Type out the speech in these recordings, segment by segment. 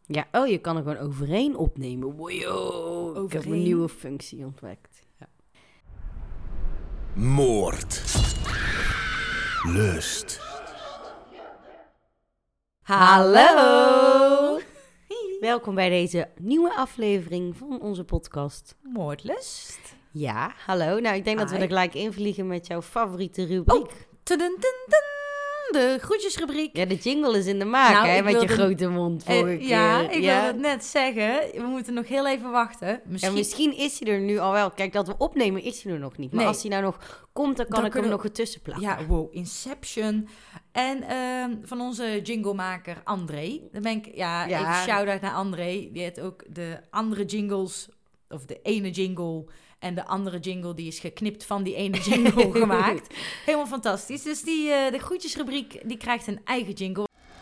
Ja, je kan er gewoon overheen opnemen. Wow, ik heb een nieuwe functie ontdekt. Ja. Moord. Lust. Hallo! Welkom bij deze nieuwe aflevering van onze podcast. Moordlust. Ja, hallo. Nou, ik denk dat we er gelijk invliegen met jouw favoriete rubriek. De groetjesrubriek. Ja, de jingle is in de maak, hè, met je grote mond vorige keer. Ja, ik wilde het net zeggen. We moeten nog heel even wachten. Misschien is hij er nu al wel. Kijk, dat we opnemen is hij er nog niet. Maar als hij nou nog komt, dan kan ik hem nog ertussen plakken. Ja, wow, Inception. En van onze jinglemaker André. Dan ben ik, even shout-out naar André. Die heeft ook de andere jingles, of de ene jingle en de andere jingle, die is geknipt van die ene jingle gemaakt. Helemaal fantastisch. Dus de groetjesrubriek, die krijgt een eigen jingle.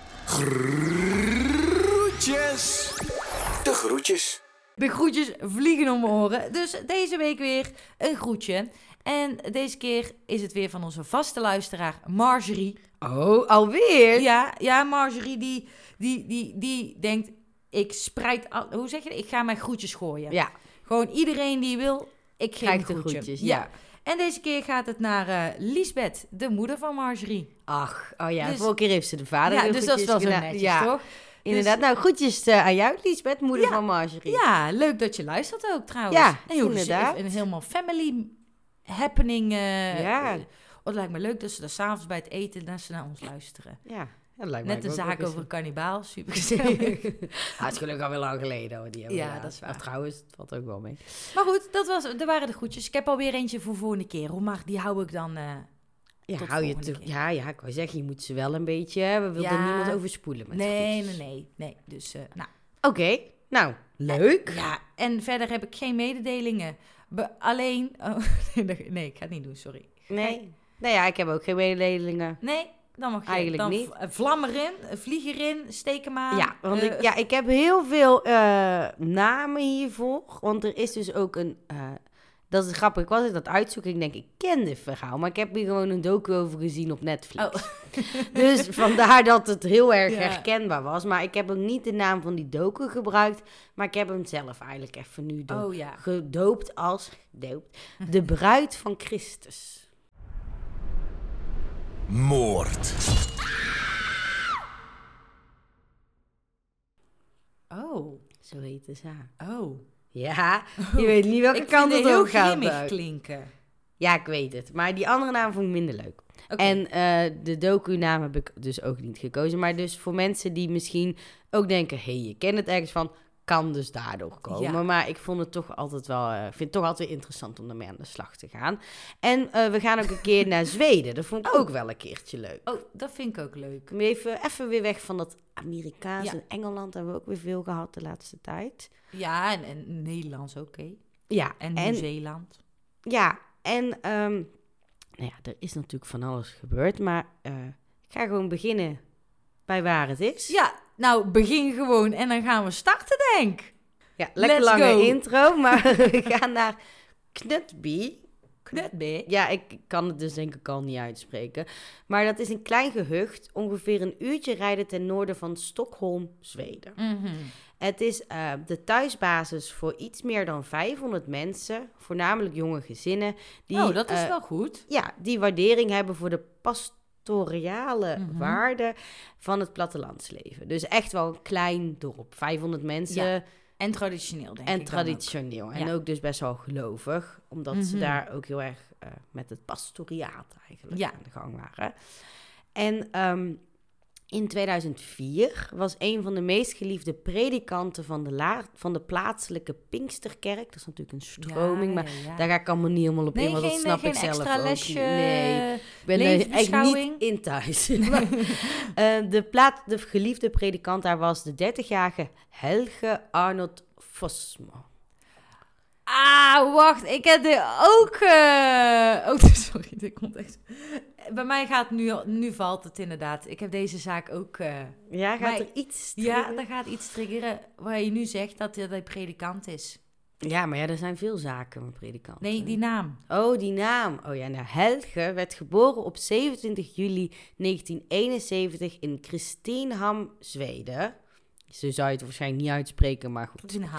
Groetjes. De groetjes. De groetjes vliegen om mijn oren. Dus deze week weer een groetje. En deze keer is het weer van onze vaste luisteraar Marjorie. Oh, alweer? Ja, Marjorie die denkt, ik spreid... Hoe zeg je dat? Ik ga mijn groetjes gooien. Ja. Gewoon iedereen die wil, ik geef een groetje. Groetjes, ja. En deze keer gaat het naar Liesbeth, de moeder van Marjorie. Ach, oh ja, Dus, vorige keer heeft ze de vader. Ja, dus dat is wel zo netjes, toch? Inderdaad. Dus, nou, groetjes aan jou, Liesbeth, moeder van Marjorie. Ja, leuk dat je luistert ook trouwens. Ja, en joh, inderdaad. Dus een helemaal family happening. Het lijkt me leuk dat ze daar s'avonds bij het eten naar ons luisteren. Ja. Dat lijkt me net een zaak over een kannibaal, super gezellig. Het is gelukkig al wel lang geleden hoor. Dat is waar. Maar trouwens, het valt ook wel mee. Maar goed, dat waren de groetjes. Ik heb alweer eentje voor volgende keer, hoor. Maar die hou ik dan tot volgende keer. Ja, ik wou zeggen, je moet ze wel een beetje... We wilden niemand overspoelen met groetjes. Nee. Dus, nou. Oké, nou, leuk. En verder heb ik geen mededelingen. Alleen... Oh, nee, ik ga het niet doen, sorry. Nee. Nou ja, ik heb ook geen mededelingen. Nee. Dan mag je eigenlijk dan niet. Vlam erin, vlieg erin, steek hem aan. Ja, want ik heb heel veel namen hiervoor. Want er is dus ook een... dat is grappig. Ik was dat uitzoeken. Ik denk, ik ken dit verhaal. Maar ik heb hier gewoon een docu over gezien op Netflix. Oh. Dus vandaar dat het heel erg herkenbaar was. Maar ik heb ook niet de naam van die docu gebruikt. Maar ik heb hem zelf eigenlijk even nu gedoopt als... De bruid van Christus. Moord. Oh. Zo heet de zaak. Oh. Ja, je weet niet welke kant het op gaat. Ik vind het heel grimmig klinken. Ja, ik weet het. Maar die andere naam vond ik minder leuk. Okay. En de docu-naam heb ik dus ook niet gekozen. Maar dus voor mensen die misschien ook denken... je kent het ergens van... kan dus daardoor komen. Ja. Maar ik vond het toch altijd wel... vind het toch altijd weer interessant om ermee aan de slag te gaan. En we gaan ook een keer naar Zweden. Dat vond ik ook wel een keertje leuk. Oh, dat vind ik ook leuk. Even weer weg van dat Amerikaans. En Engeland hebben we ook weer veel gehad de laatste tijd. Ja, en Nederlands ook, hè? Ja. En Nieuw-Zeeland. Ja, en... er is natuurlijk van alles gebeurd. Maar ik ga gewoon beginnen bij waar het is. Ja, nou, begin gewoon en dan gaan we starten, denk ik. Ja, lekker lange intro, maar we gaan naar Knutby. Knutby? Ja, ik kan het dus denk ik al niet uitspreken. Maar dat is een klein gehucht, ongeveer een uurtje rijden ten noorden van Stockholm, Zweden. Mm-hmm. Het is de thuisbasis voor iets meer dan 500 mensen, voornamelijk jonge gezinnen. Die, dat is wel goed. Ja, die waardering hebben voor de pastorale waarde van het plattelandsleven. Dus echt wel een klein dorp, 500 mensen. Ja. En traditioneel, denk ik. En traditioneel. En ook dus best wel gelovig. Omdat ze daar ook heel erg met het pastoriaat eigenlijk aan de gang waren. En in 2004 was een van de meest geliefde predikanten van de plaatselijke Pinksterkerk. Dat is natuurlijk een stroming, maar daar ga ik allemaal niet helemaal op in, want dat snap ik zelf ook lesje, niet. Nee, ik ben er echt niet in thuis. De geliefde predikant daar was de 30-jarige Helge Arnold Fosmo. Ah, wacht. Ik heb dit ook... sorry, dit komt echt... Bij mij gaat nu valt het inderdaad. Ik heb deze zaak ook... gaat er iets triggeren? Ja, er gaat iets triggeren waar je nu zegt dat hij predikant is. Ja, maar er zijn veel zaken met predikanten. Nee, die naam. Oh, die naam. Oh ja, nou, Helge werd geboren op 27 juli 1971 in Kristinehamn, Zweden. Zo zou je het waarschijnlijk niet uitspreken, maar goed. Kristinam.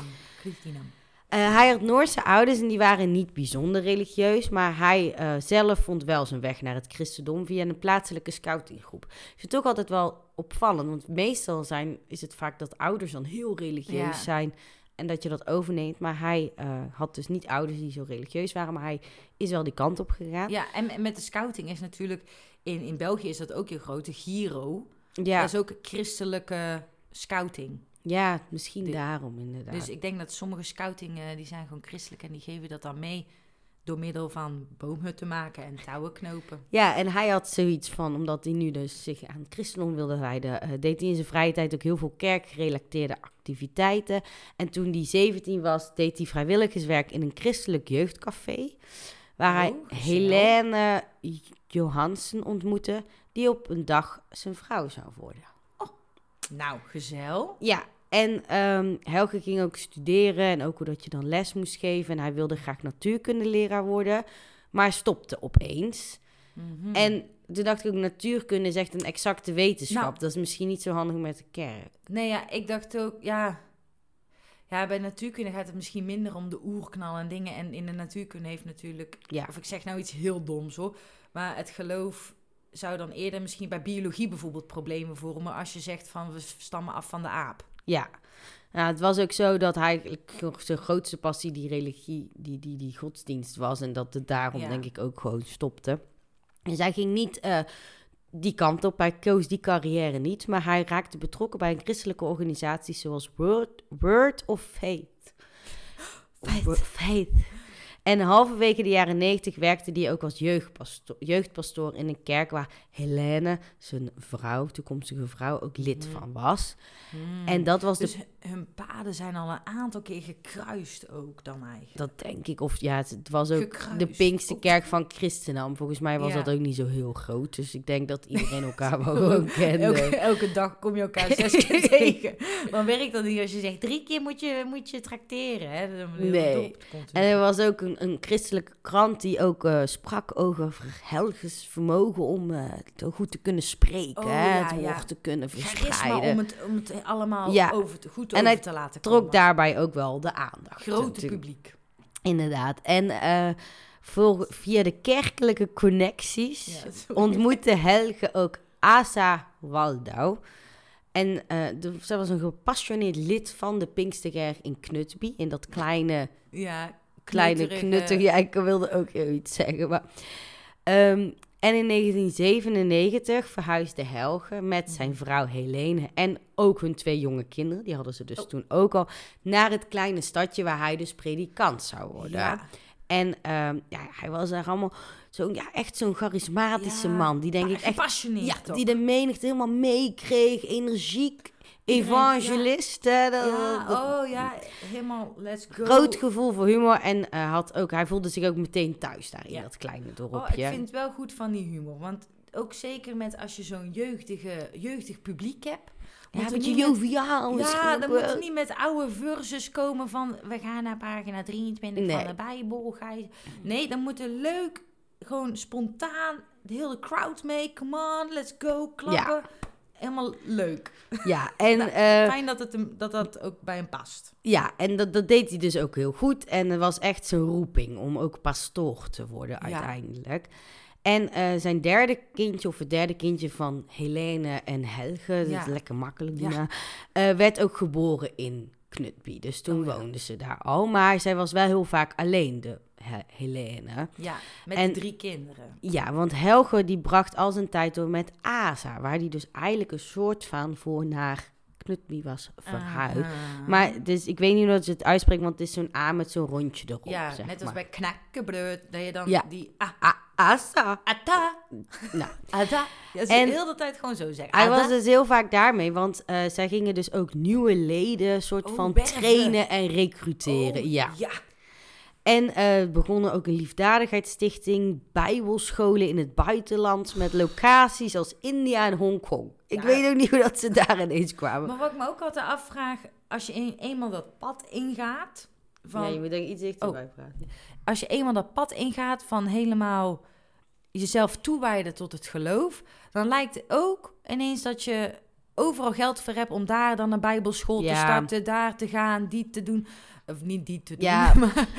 Hij had Noorse ouders en die waren niet bijzonder religieus, maar hij zelf vond wel zijn weg naar het christendom via een plaatselijke scoutinggroep. Ik vind het ook altijd wel opvallend, want meestal is het vaak dat ouders dan heel religieus zijn en dat je dat overneemt. Maar hij had dus niet ouders die zo religieus waren, maar hij is wel die kant op gegaan. Ja, en met de scouting is natuurlijk, in België is dat ook heel groot, de Giro. Ja. Dat is ook schristelijke scouting. Ja, misschien daarom inderdaad. Dus ik denk dat sommige scoutingen, die zijn gewoon christelijk en die geven dat dan mee door middel van boomhutten maken en touwen knopen. Ja, en hij had zoiets van, omdat hij nu dus zich aan het christendom wilde wijden, deed hij in zijn vrije tijd ook heel veel kerkgerelateerde activiteiten. En toen hij 17 was, deed hij vrijwilligerswerk in een christelijk jeugdcafé, waar hij Helene Johansen ontmoette, die op een dag zijn vrouw zou worden. Nou, gezel. Ja, en Helge ging ook studeren en ook hoe dat je dan les moest geven. En hij wilde graag natuurkundeleraar worden, maar stopte opeens. Mm-hmm. En toen dacht ik ook, natuurkunde is echt een exacte wetenschap. Nou, dat is misschien niet zo handig met de kerk. Nee, ja, ik dacht ook, ja, bij natuurkunde gaat het misschien minder om de oerknal en dingen. En in de natuurkunde heeft natuurlijk, of ik zeg nou iets heel doms hoor, maar het geloof zou dan eerder misschien bij biologie bijvoorbeeld problemen vormen als je zegt van we stammen af van de aap. Ja. Nou, het was ook zo dat hij zijn grootste passie die religie, die godsdienst was en dat het daarom denk ik ook gewoon stopte. Dus hij ging niet die kant op, hij koos die carrière niet, maar hij raakte betrokken bij een christelijke organisatie zoals Word of Faith. Faith. En halverwege de jaren 90 werkte hij ook als jeugdpastoor in een kerk waar Helene, zijn vrouw, toekomstige vrouw, ook lid van was. En dat was dus hun paden zijn al een aantal keer gekruist ook dan eigenlijk. Dat denk ik. Of ja, het was ook de Pinksterkerk van Christenam. Volgens mij was dat ook niet zo heel groot. Dus ik denk dat iedereen elkaar wel gewoon kende. Elke dag kom je elkaar 6 keer tegen. Maar werkt dat niet als je zegt 3 keer moet je trakteren? Hè? Nee. En er was ook een christelijke krant die ook sprak over Helges vermogen om goed te kunnen spreken. Het woord te kunnen verspreiden. Charisma om het allemaal over te laten komen. En trok daarbij ook wel de aandacht. Grote publiek. Inderdaad. En via de kerkelijke connecties ontmoette Helge ook Asa Waldau. En zij was een gepassioneerd lid van de Pinksterkerk in Knutby. In dat kleine knutterige... Ja, ik wilde ook iets zeggen. Maar, en in 1997 verhuisde Helge met zijn vrouw Helene en ook hun 2 jonge kinderen, die hadden ze dus toen ook al, naar het kleine stadje waar hij dus predikant zou worden. Ja. En hij was echt allemaal echt zo'n charismatische man. Die denk ik echt gepassioneerd. Die de menigte helemaal meekreeg, energiek. Evangelist. Helemaal let's go. Groot gevoel voor humor en hij voelde zich ook meteen thuis daar in dat kleine dorpje. Ik vind het wel goed van die humor, want ook zeker met als je zo'n jeugdig publiek hebt. Moet je joviaal. Ja, dan moet je niet met oude verses komen van we gaan naar pagina 23 van de Bijbel. Nee, dan moet er leuk, gewoon spontaan, de hele crowd mee. Come on, let's go, klappen. Ja. Helemaal leuk. Ja, en fijn dat ook bij hem past. Ja, en dat deed hij dus ook heel goed. En het was echt zijn roeping om ook pastoor te worden uiteindelijk. En zijn derde kindje van Helene en Helge, dat is lekker makkelijk daarna, werd ook geboren in Knutby. Dus toen woonden ze daar al. Maar zij was wel heel vaak alleen, de Helene. Ja, met 3 kinderen. Ja, want Helge die bracht al zijn tijd door met Asa, waar die dus eigenlijk een soort van voor naar Knutby was verhuisd. Maar dus, ik weet niet hoe dat ze het uitspreken, want het is zo'n A met zo'n rondje erop. Ja, net als bij knakkenbrood, dat je dan die Asa. Ata. Nou. Ata. Ja, ze de hele tijd gewoon zo zeggen. Hij was dus heel vaak daarmee, want zij gingen dus ook nieuwe leden soort van trainen en recruteren. Ja. En begonnen ook een liefdadigheidsstichting, bijbelscholen in het buitenland met locaties als India en Hongkong. Ik weet ook niet hoe dat ze daar ineens kwamen. Maar wat ik me ook altijd afvraag, als je eenmaal dat pad ingaat... Ja, je moet denk ik iets dichterbij praten. Als je eenmaal dat pad ingaat van helemaal jezelf toewijden tot het geloof, dan lijkt het ook ineens dat je overal geld voor hebt om daar dan een bijbelschool te starten, daar te gaan, die te doen. Of niet die te doen. Ja, maar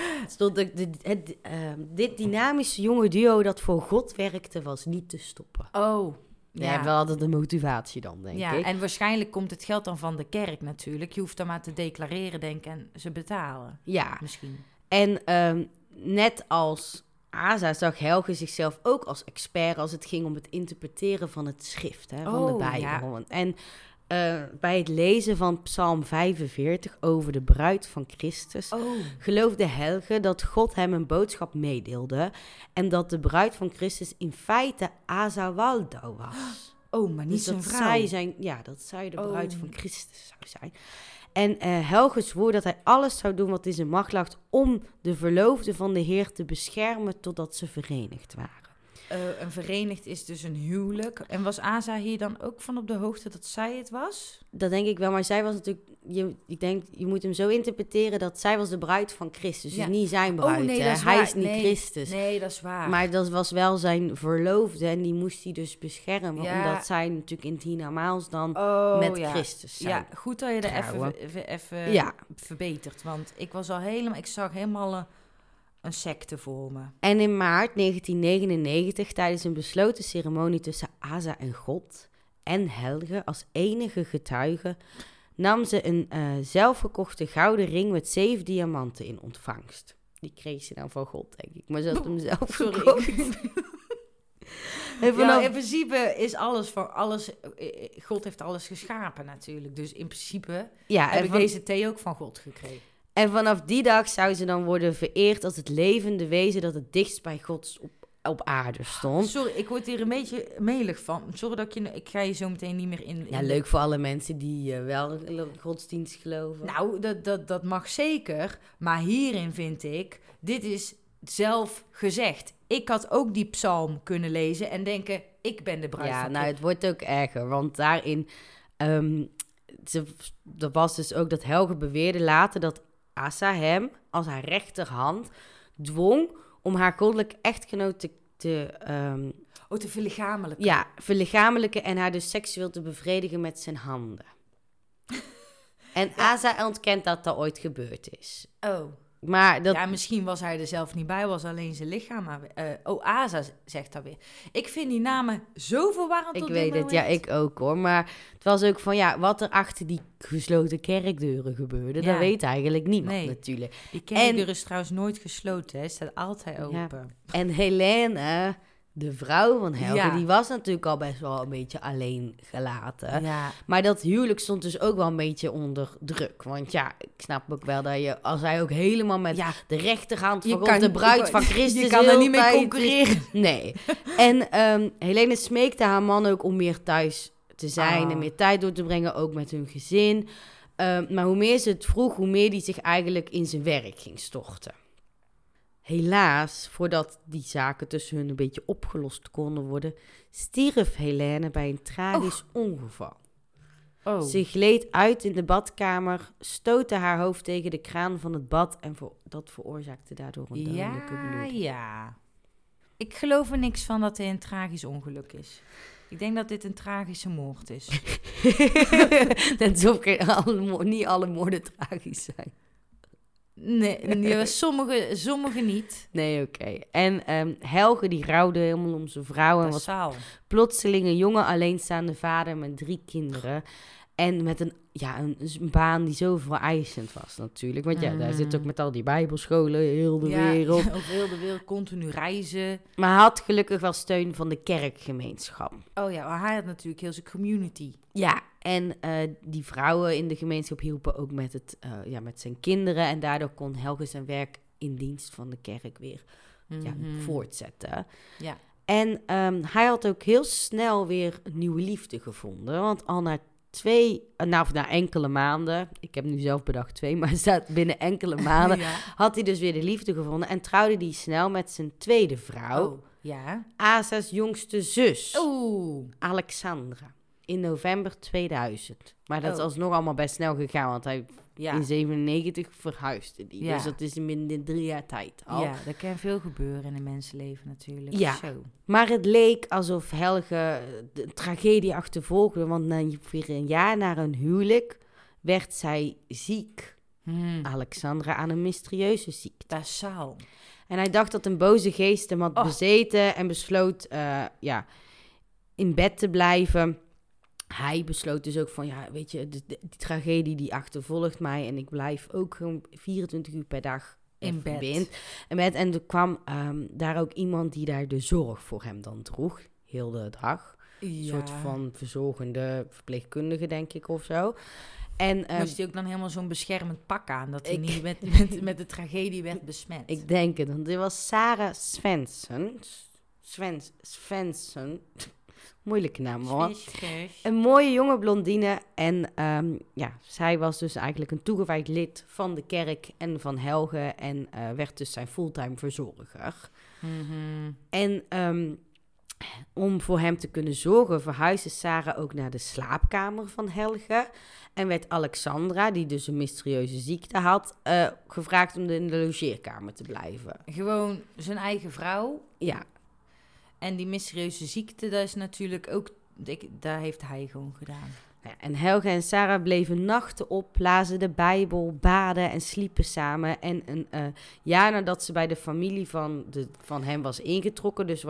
dit dynamische jonge duo dat voor God werkte, was niet te stoppen. Oh, ja. Wel altijd de motivatie dan, denk ik. Ja, en waarschijnlijk komt het geld dan van de kerk natuurlijk. Je hoeft dan maar te declareren, denk ik, en ze betalen. Ja. Misschien. En net als Asa zag Helge zichzelf ook als expert als het ging om het interpreteren van het schrift, hè, van de Bijbel. Ja. En bij het lezen van Psalm 45 over de bruid van Christus geloofde Helge dat God hem een boodschap meedeelde en dat de bruid van Christus in feite Asa Waldau was. Oh, maar niet dus zijn vrouw. Dat zij de bruid van Christus zou zijn. En Helge zwoer dat hij alles zou doen wat in zijn macht lag om de verloofden van de Heer te beschermen totdat ze verenigd waren. Een verenigd is dus een huwelijk. En was Asa hier dan ook van op de hoogte dat zij het was? Dat denk ik wel, maar zij was natuurlijk... Ik denk, je moet hem zo interpreteren dat zij was de bruid van Christus. Dus niet zijn bruid. Nee, dat is hij is niet Christus. Nee, dat is waar. Maar dat was wel zijn verloofde en die moest hij dus beschermen. Ja. Omdat zij natuurlijk in het hiernamaals dan met Christus zijn. Ja, goed dat je er even verbetert. Want ik zag helemaal een secte voor me. En in maart 1999, tijdens een besloten ceremonie tussen Asa en God en Helge als enige getuige, nam ze een zelfgekochte gouden ring met 7 diamanten in ontvangst. Die kreeg ze dan van God, denk ik. Maar ze had hem zelf gekocht. In principe is alles voor alles... God heeft alles geschapen natuurlijk. Dus in principe heb ik deze thee ook van God gekregen. En vanaf die dag zou ze dan worden vereerd als het levende wezen dat het dichtst bij God op aarde stond. Sorry, ik word hier een beetje melig van. Sorry dat ik ga je zo meteen niet meer in... Ja, leuk voor alle mensen die wel godsdienst geloven. Nou, dat mag zeker. Maar hierin vind ik, dit is zelf gezegd. Ik had ook die psalm kunnen lezen en denken, ik ben de bruid van het wordt ook erger. Want daarin, er was dus ook dat Helge beweerde later dat Asa hem als haar rechterhand dwong om haar goddelijke echtgenoot te verlichamelijken. Ja, verlichamelijken en haar dus seksueel te bevredigen met zijn handen. En Asa ontkent dat dat ooit gebeurd is. Oh. Maar dat... Ja, misschien was hij er zelf niet bij, was alleen zijn lichaam. Maar, Asa zegt dat weer. Ik vind die namen zo verwarrend op dit moment. Ik weet het, ja, ik ook hoor. Maar het was ook van, wat er achter die gesloten kerkdeuren gebeurde, dat weet eigenlijk niemand natuurlijk. Die kerkdeur is trouwens nooit gesloten, hè. Staat altijd open. Ja. En Helene, de vrouw van Helge, die was natuurlijk al best wel een beetje alleen gelaten. Ja. Maar dat huwelijk stond dus ook wel een beetje onder druk. Want ik snap ook wel dat je, als hij ook helemaal met de rechterhand van God, de bruid van Christus, je kan er niet mee concurreren. Nee. En Helene smeekte haar man ook om meer thuis te zijn en meer tijd door te brengen, ook met hun gezin. Maar hoe meer ze het vroeg, hoe meer die zich eigenlijk in zijn werk ging storten. Helaas, voordat die zaken tussen hun een beetje opgelost konden worden, stierf Helene bij een tragisch ongeval. Oh. Ze gleed uit in de badkamer, stootte haar hoofd tegen de kraan van het bad en dat veroorzaakte daardoor een dodelijke bloeding. Ja. Ik geloof er niks van dat dit een tragisch ongeluk is. Ik denk dat dit een tragische moord is. Net alsof niet alle moorden tragisch zijn. Nee, sommige niet. Nee, oké. En Helge die rouwde helemaal om zijn vrouw en was plotseling een jonge alleenstaande vader met 3 kinderen. En met een baan die zo vereisend was natuurlijk. Want daar zit ook met al die bijbelscholen, heel de wereld. Ja, over heel de wereld, continu reizen. Maar hij had gelukkig wel steun van de kerkgemeenschap. Oh ja, maar hij had natuurlijk heel zijn community. Ja, en die vrouwen in de gemeenschap hielpen ook met zijn kinderen. En daardoor kon Helge zijn werk in dienst van de kerk weer voortzetten. Ja. En hij had ook heel snel weer een nieuwe liefde gevonden. Want al na enkele maanden, ik heb nu zelf bedacht 2, maar het staat binnen enkele maanden, had hij dus weer de liefde gevonden en trouwde hij snel met zijn tweede vrouw, Asa's jongste zus, Alexandra. in november 2000. Maar dat is Oh. alsnog allemaal best snel gegaan, want hij Ja. in 97 verhuisde die. Ja. Dus dat is in 3 jaar tijd al. Ja, er kan veel gebeuren in een mensenleven natuurlijk. Ja. Zo. Maar het leek alsof Helge de tragedie achtervolgde, want na ongeveer een jaar na hun huwelijk werd zij ziek. Alexandra aan een mysterieuze ziekte. Dat zal. En hij dacht dat een boze geest hem had bezeten en besloot in bed te blijven. Hij besloot dus ook van, ja, weet je, die tragedie die achtervolgt mij en ik blijf ook gewoon 24 uur per dag In bed. En er kwam daar ook iemand die daar de zorg voor hem dan droeg, heel de dag. Een soort van verzorgende verpleegkundige, denk ik, of zo. En moest hij ook dan helemaal zo'n beschermend pak aan, dat hij niet met de tragedie werd besmet? Ik denk het, want dit was Sarah Svensson. Svensson. Moeilijke naam, hoor. Een mooie jonge blondine. En zij was dus eigenlijk een toegewijd lid van de kerk en van Helge. En werd dus zijn fulltime verzorger. Mm-hmm. En om voor hem te kunnen zorgen, verhuisde Sarah ook naar de slaapkamer van Helge. En werd Alexandra, die dus een mysterieuze ziekte had, gevraagd om in de logeerkamer te blijven. Gewoon zijn eigen vrouw. Ja. En die mysterieuze ziekte, dat is natuurlijk ook, daar heeft hij gewoon gedaan. Ja, en Helge en Sarah bleven nachten op, lazen de Bijbel, baden en sliepen samen. En een jaar nadat ze bij de familie van hem was ingetrokken, dus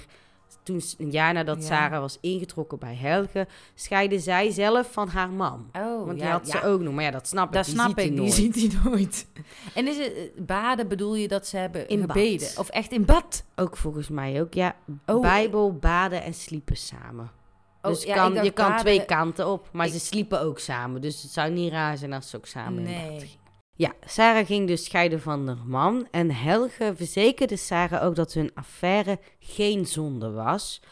een jaar nadat Sarah was ingetrokken bij Helge, scheidde zij zelf van haar man. Oh, want die had ze ook nog. Maar ja, dat snap ik. Die ziet hij nooit. En is het baden, bedoel je dat ze hebben in gebeden? Bad. Of echt in bad? Ook volgens mij ook, ja. Oh. Bijbel, baden en sliepen samen. Dus je kan baden, twee kanten op. Maar ze sliepen ook samen. Dus het zou niet raar zijn als ze ook samen in bad gingen. Ja, Sarah ging dus scheiden van haar man. En Helge verzekerde Sarah ook dat hun affaire geen zonde was.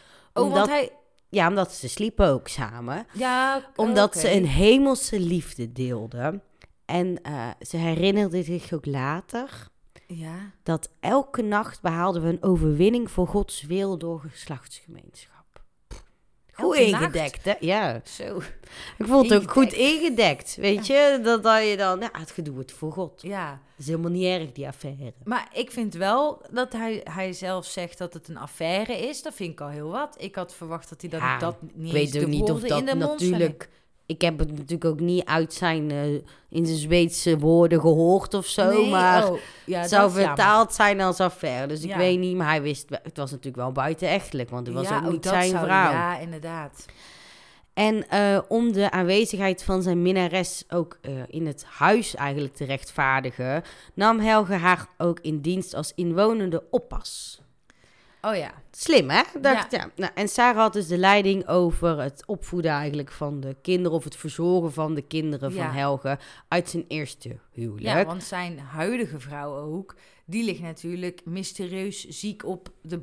Omdat ze sliepen ook samen. Ja, omdat ze een hemelse liefde deelden. En ze herinnerde zich ook later dat elke nacht behaalden we een overwinning voor Gods wil door geslachtsgemeenschap. Goed ingedekt, hè? Ja. Zo. Ik vond het ook goed ingedekt, weet je? Dat je dan, het gedoe het voor God. Ja. Dat is helemaal niet erg, die affaire. Maar ik vind wel dat hij zelf zegt dat het een affaire is. Dat vind ik al heel wat. Ik had verwacht dat hij dat niet eens de woorden in de mond zei. Ik heb het natuurlijk ook niet uit in zijn Zweedse woorden gehoord of zo. Nee, maar het zou vertaald zijn als affaire. Dus ik weet niet, maar hij wist, het was natuurlijk wel buitenechtelijk. Want het was ook niet zijn vrouw. Ja, inderdaad. En om de aanwezigheid van zijn minnares ook in het huis eigenlijk te rechtvaardigen, nam Helge haar ook in dienst als inwonende oppas. Oh ja. Slim, hè? Nou, en Sarah had dus de leiding over het opvoeden eigenlijk van de kinderen, of het verzorgen van de kinderen van Helge uit zijn eerste huwelijk. Ja, want zijn huidige vrouw ook, die ligt natuurlijk mysterieus ziek op de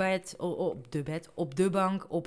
bank.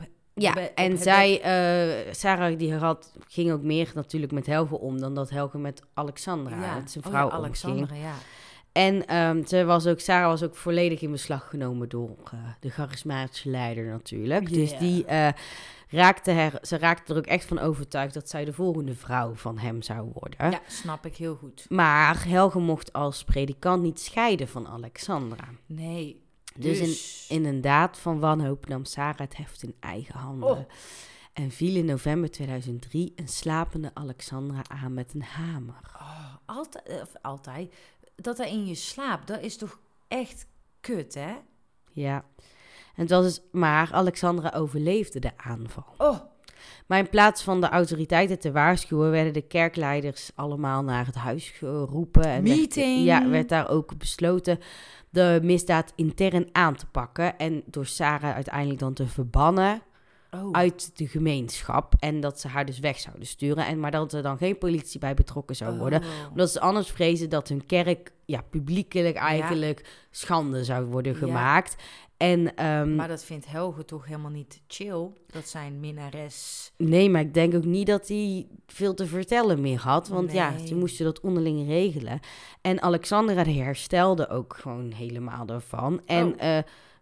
Sarah ging ook meer natuurlijk met Helge om dan dat Helge met Alexandra, met zijn vrouw, omging. Ja. En Sarah was ook volledig in beslag genomen door de charismatische leider natuurlijk. Yeah. Dus die raakte er ook echt van overtuigd dat zij de volgende vrouw van hem zou worden. Ja, snap ik heel goed. Maar Helge mocht als predikant niet scheiden van Alexandra. Nee. Dus in een daad van wanhoop nam Sarah het heft in eigen handen. En viel in november 2003 een slapende Alexandra aan met een hamer. Altijd. Dat hij in je slaapt, dat is toch echt kut, hè? Ja. En het was dus, maar Alexandra overleefde de aanval. Oh. Maar in plaats van de autoriteiten te waarschuwen, werden de kerkleiders allemaal naar het huis geroepen. En werd daar ook besloten de misdaad intern aan te pakken. En door Sarah uiteindelijk dan te verbannen uit de gemeenschap. En dat ze haar dus weg zouden sturen. Maar dat er dan geen politie bij betrokken zou worden. Omdat ze anders vrezen dat hun kerk publiekelijk eigenlijk schande zou worden gemaakt. Maar dat vindt Helge toch helemaal niet chill, dat zijn minnares. Nee, maar ik denk ook niet dat hij veel te vertellen meer had. Want ze moesten dat onderling regelen. En Alexandra herstelde ook gewoon helemaal daarvan. En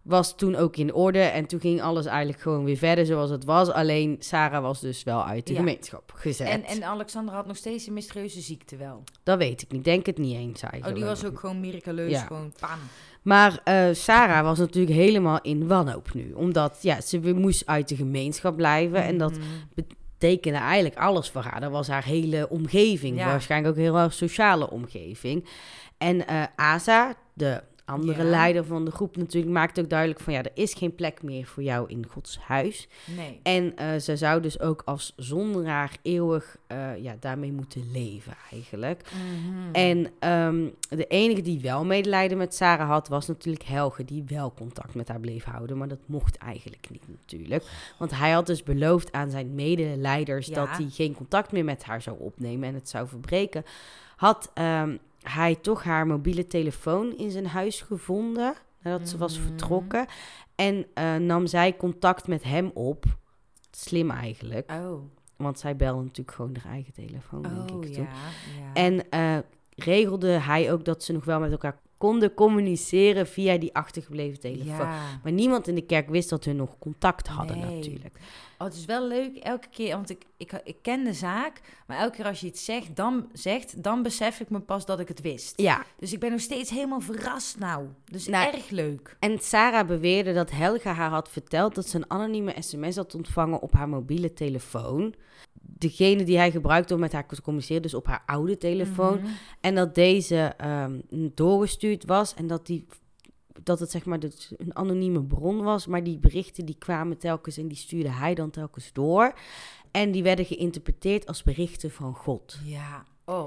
was toen ook in orde. En toen ging alles eigenlijk gewoon weer verder zoals het was. Alleen Sarah was dus wel uit de gemeenschap gezet. En Alexandra had nog steeds een mysterieuze ziekte wel. Dat weet ik niet. Denk het niet eens eigenlijk. Die was ook gewoon miraculeus, gewoon pan. Maar Sarah was natuurlijk helemaal in wanhoop nu. Omdat ze weer moest uit de gemeenschap blijven. En dat betekende eigenlijk alles voor haar. Dat was haar hele omgeving. Waarschijnlijk ook een heel erg sociale omgeving. En Asa, de andere leider van de groep natuurlijk, maakt ook duidelijk van er is geen plek meer voor jou in Gods huis. Nee. En ze zou dus ook als zondaar eeuwig daarmee moeten leven eigenlijk. Mm-hmm. En de enige die wel medelijden met Sarah had, was natuurlijk Helge, die wel contact met haar bleef houden. Maar dat mocht eigenlijk niet natuurlijk. Want hij had dus beloofd aan zijn medeleiders dat hij geen contact meer met haar zou opnemen en het zou verbreken. Had hij toch haar mobiele telefoon in zijn huis gevonden, nadat ze was vertrokken. En nam zij contact met hem op. Slim eigenlijk. Oh. Want zij belde natuurlijk gewoon haar eigen telefoon, denk ik toen. Ja. En regelde hij ook dat ze nog wel met elkaar konden communiceren via die achtergebleven telefoon. Ja. Maar niemand in de kerk wist dat hun nog contact hadden natuurlijk. Oh, het is wel leuk elke keer, want ik ken de zaak, maar elke keer als je iets zegt, dan besef ik me pas dat ik het wist. Ja. Dus ik ben nog steeds helemaal verrast nou. Dus erg leuk. En Sarah beweerde dat Helga haar had verteld dat ze een anonieme sms had ontvangen op haar mobiele telefoon. Degene die hij gebruikte om met haar te communiceren, dus op haar oude telefoon. Mm-hmm. En dat deze doorgestuurd was en dat het zeg maar dus een anonieme bron was, maar die berichten die kwamen telkens en die stuurde hij dan telkens door. En die werden geïnterpreteerd als berichten van God. Ja,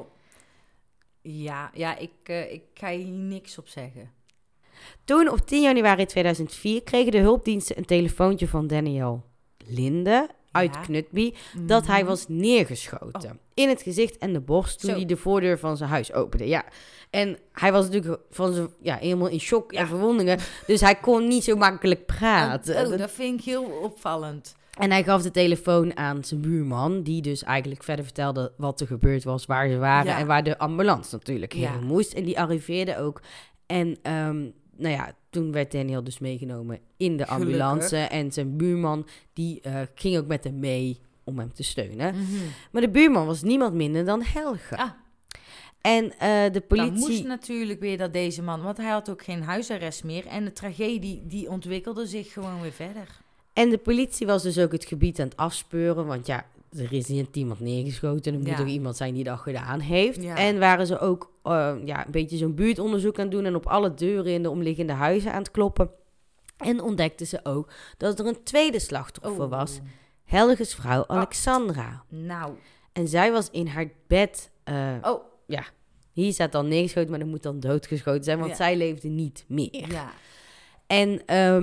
ik ga hier niks op zeggen. Toen op 10 januari 2004 kregen de hulpdiensten een telefoontje van Daniel Linde uit Knutby, dat hij was neergeschoten. In het gezicht en de borst toen hij de voordeur van zijn huis opende. Ja. En hij was natuurlijk helemaal in shock en verwondingen. Dus hij kon niet zo makkelijk praten. Dat vind ik heel opvallend. En hij gaf de telefoon aan zijn buurman, die dus eigenlijk verder vertelde wat er gebeurd was, waar ze waren en waar de ambulance natuurlijk heen moest. En die arriveerde ook. En toen werd Daniel dus meegenomen in de ambulance. Gelukkig. En zijn buurman, die ging ook met hem mee om hem te steunen. Mm-hmm. Maar de buurman was niemand minder dan Helge. Ah. En de politie... Dan moest natuurlijk weer dat deze man... Want hij had ook geen huisarrest meer. En de tragedie, die ontwikkelde zich gewoon weer verder. En de politie was dus ook het gebied aan het afspeuren. Want er is niet iemand neergeschoten. Er moet ook iemand zijn die dat gedaan heeft. Ja. En waren ze ook een beetje zo'n buurtonderzoek aan het doen. En op alle deuren in de omliggende huizen aan het kloppen. En ontdekten ze ook dat er een tweede slachtoffer was. Helges vrouw Alexandra. Nou. En zij was in haar bed... hier staat dan neergeschoten, maar er moet dan doodgeschoten zijn. Want zij leefde niet meer. Ja. En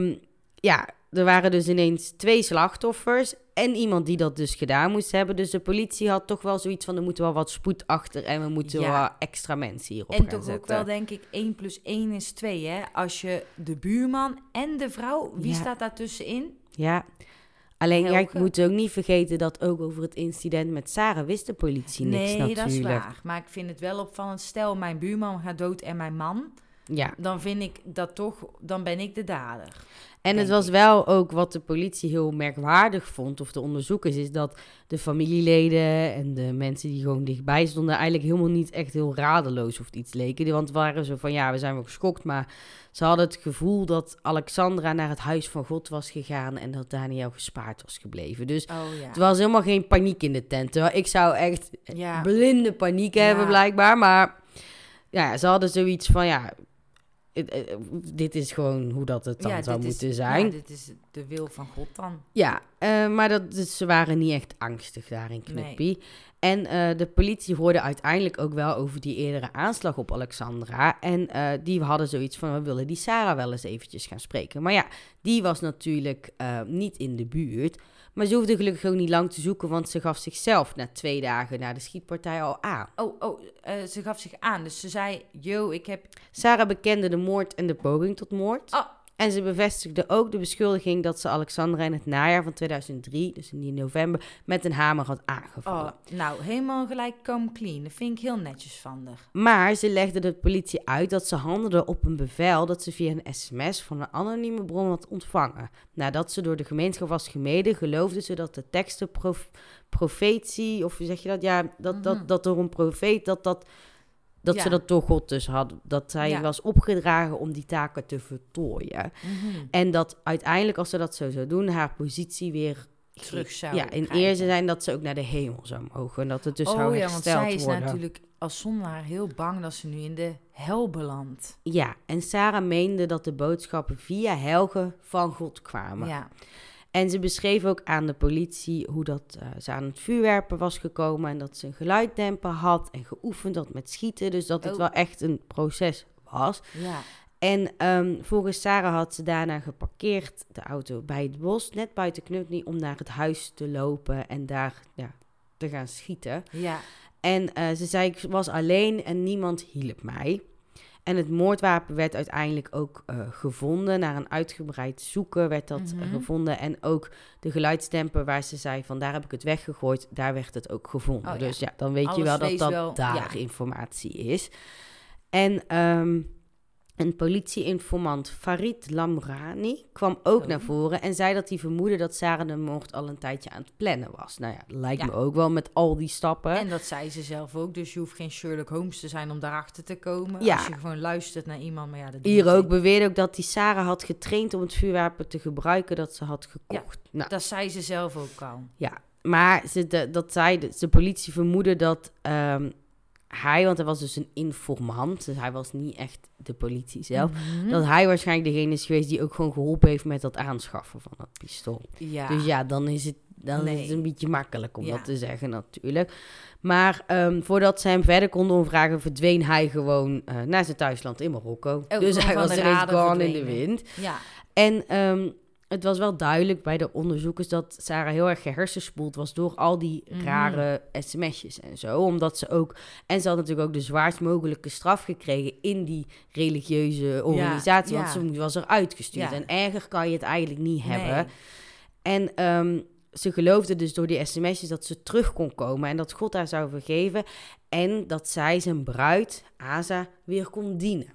er waren dus ineens 2 slachtoffers en iemand die dat dus gedaan moest hebben. Dus de politie had toch wel zoiets van, er moet wel wat spoed achter en we moeten wel extra mensen hierop gaan zetten. En toch ook wel, denk ik, 1 + 1 is 2, hè? Als je de buurman en de vrouw, wie staat daar tussenin? Ja, alleen ik moet ook niet vergeten dat ook over het incident met Sarah wist de politie niks natuurlijk. Nee, dat is waar. Maar ik vind het wel opvallend. Stel, mijn buurman gaat dood en mijn man... Ja. Dan vind ik dat toch, dan ben ik de dader. En het was wel ook wat de politie heel merkwaardig vond, of de onderzoekers, is dat de familieleden en de mensen die gewoon dichtbij stonden eigenlijk helemaal niet echt heel radeloos of iets leken. Want waren zo van, we zijn wel geschokt, maar ze hadden het gevoel dat Alexandra naar het huis van God was gegaan en dat Daniel gespaard was gebleven. Dus het was helemaal geen paniek in de tent. Ik zou echt blinde paniek hebben blijkbaar, maar ze hadden zoiets van, dit is gewoon hoe dat het dan zou moeten zijn. Ja, dit is de wil van God dan. Ja, maar ze waren niet echt angstig daar in Knutby. Nee. En de politie hoorde uiteindelijk ook wel over die eerdere aanslag op Alexandra. En die hadden zoiets van, we willen die Sarah wel eens eventjes gaan spreken. Maar die was natuurlijk niet in de buurt. Maar ze hoefde gelukkig ook niet lang te zoeken, want ze gaf zichzelf na 2 dagen na de schietpartij al aan. Ze gaf zich aan. Dus ze zei, ik heb... Sarah bekende de moord en de poging tot moord. En ze bevestigde ook de beschuldiging dat ze Alexandra in het najaar van 2003, dus in november, met een hamer had aangevallen. Nou, helemaal gelijk come clean. Dat vind ik heel netjes van haar. Maar ze legde de politie uit dat ze handelde op een bevel dat ze via een sms van een anonieme bron had ontvangen. Nadat ze door de gemeenschap was gemeden, geloofde ze dat de teksten profetie, of hoe zeg je dat? Ja, dat door een profeet, dat ze dat door God dus hadden. Dat zij was opgedragen om die taken te voltooien. Mm-hmm. En dat uiteindelijk, als ze dat zo zou doen, haar positie weer terug zou in eer zijn dat ze ook naar de hemel zou mogen. En dat het dus zou hersteld worden. Want zij is natuurlijk als zondaar heel bang dat ze nu in de hel belandt. Ja, en Sarah meende dat de boodschappen via Helge van God kwamen. Ja. En ze beschreef ook aan de politie hoe dat ze aan het vuurwerpen was gekomen en dat ze een geluiddemper had en geoefend had met schieten. Dus dat het wel echt een proces was. Ja. En volgens Sarah had ze daarna geparkeerd de auto bij het bos, net buiten Knutny, om naar het huis te lopen en daar te gaan schieten. Ja. En ze zei, ik was alleen en niemand hielp mij. En het moordwapen werd uiteindelijk ook gevonden. Na een uitgebreid zoeken werd dat gevonden. En ook de geluidsdemper waar ze zei van daar heb ik het weggegooid, daar werd het ook gevonden. Oh, dus dan weet je wel dat daar informatie is. En een politieinformant Farid Lamrani kwam ook naar voren en zei dat hij vermoedde dat Sarah de moord al een tijdje aan het plannen was. Nou ja, dat lijkt me ook wel met al die stappen. En dat zei ze zelf ook, dus je hoeft geen Sherlock Holmes te zijn om daarachter te komen. Ja. Als je gewoon luistert naar iemand. Maar dat hier ook beweerde ook dat die Sarah had getraind om het vuurwapen te gebruiken dat ze had gekocht. Ja, dat zei ze zelf ook al. Ja, maar de politie vermoedde dat want hij was dus een informant, dus hij was niet echt de politie zelf, dat hij waarschijnlijk degene is geweest die ook gewoon geholpen heeft met dat aanschaffen van dat pistool. Ja. Dus ja, dan is het een beetje makkelijk om dat te zeggen natuurlijk. Maar voordat ze hem verder konden omvragen, verdween hij gewoon naar zijn thuisland in Marokko. Dus hij was ineens gone in de wind. Ja. En het was wel duidelijk bij de onderzoekers dat Sarah heel erg gehersenspoeld was door al die rare sms'jes en zo. Omdat ze ook... En ze had natuurlijk ook de zwaarst mogelijke straf gekregen in die religieuze organisatie. Want ze was er uitgestuurd. Ja. En erger kan je het eigenlijk niet hebben. En ze geloofde dus door die sms'jes dat ze terug kon komen en dat God haar zou vergeven. En dat zij zijn bruid, Asa, weer kon dienen.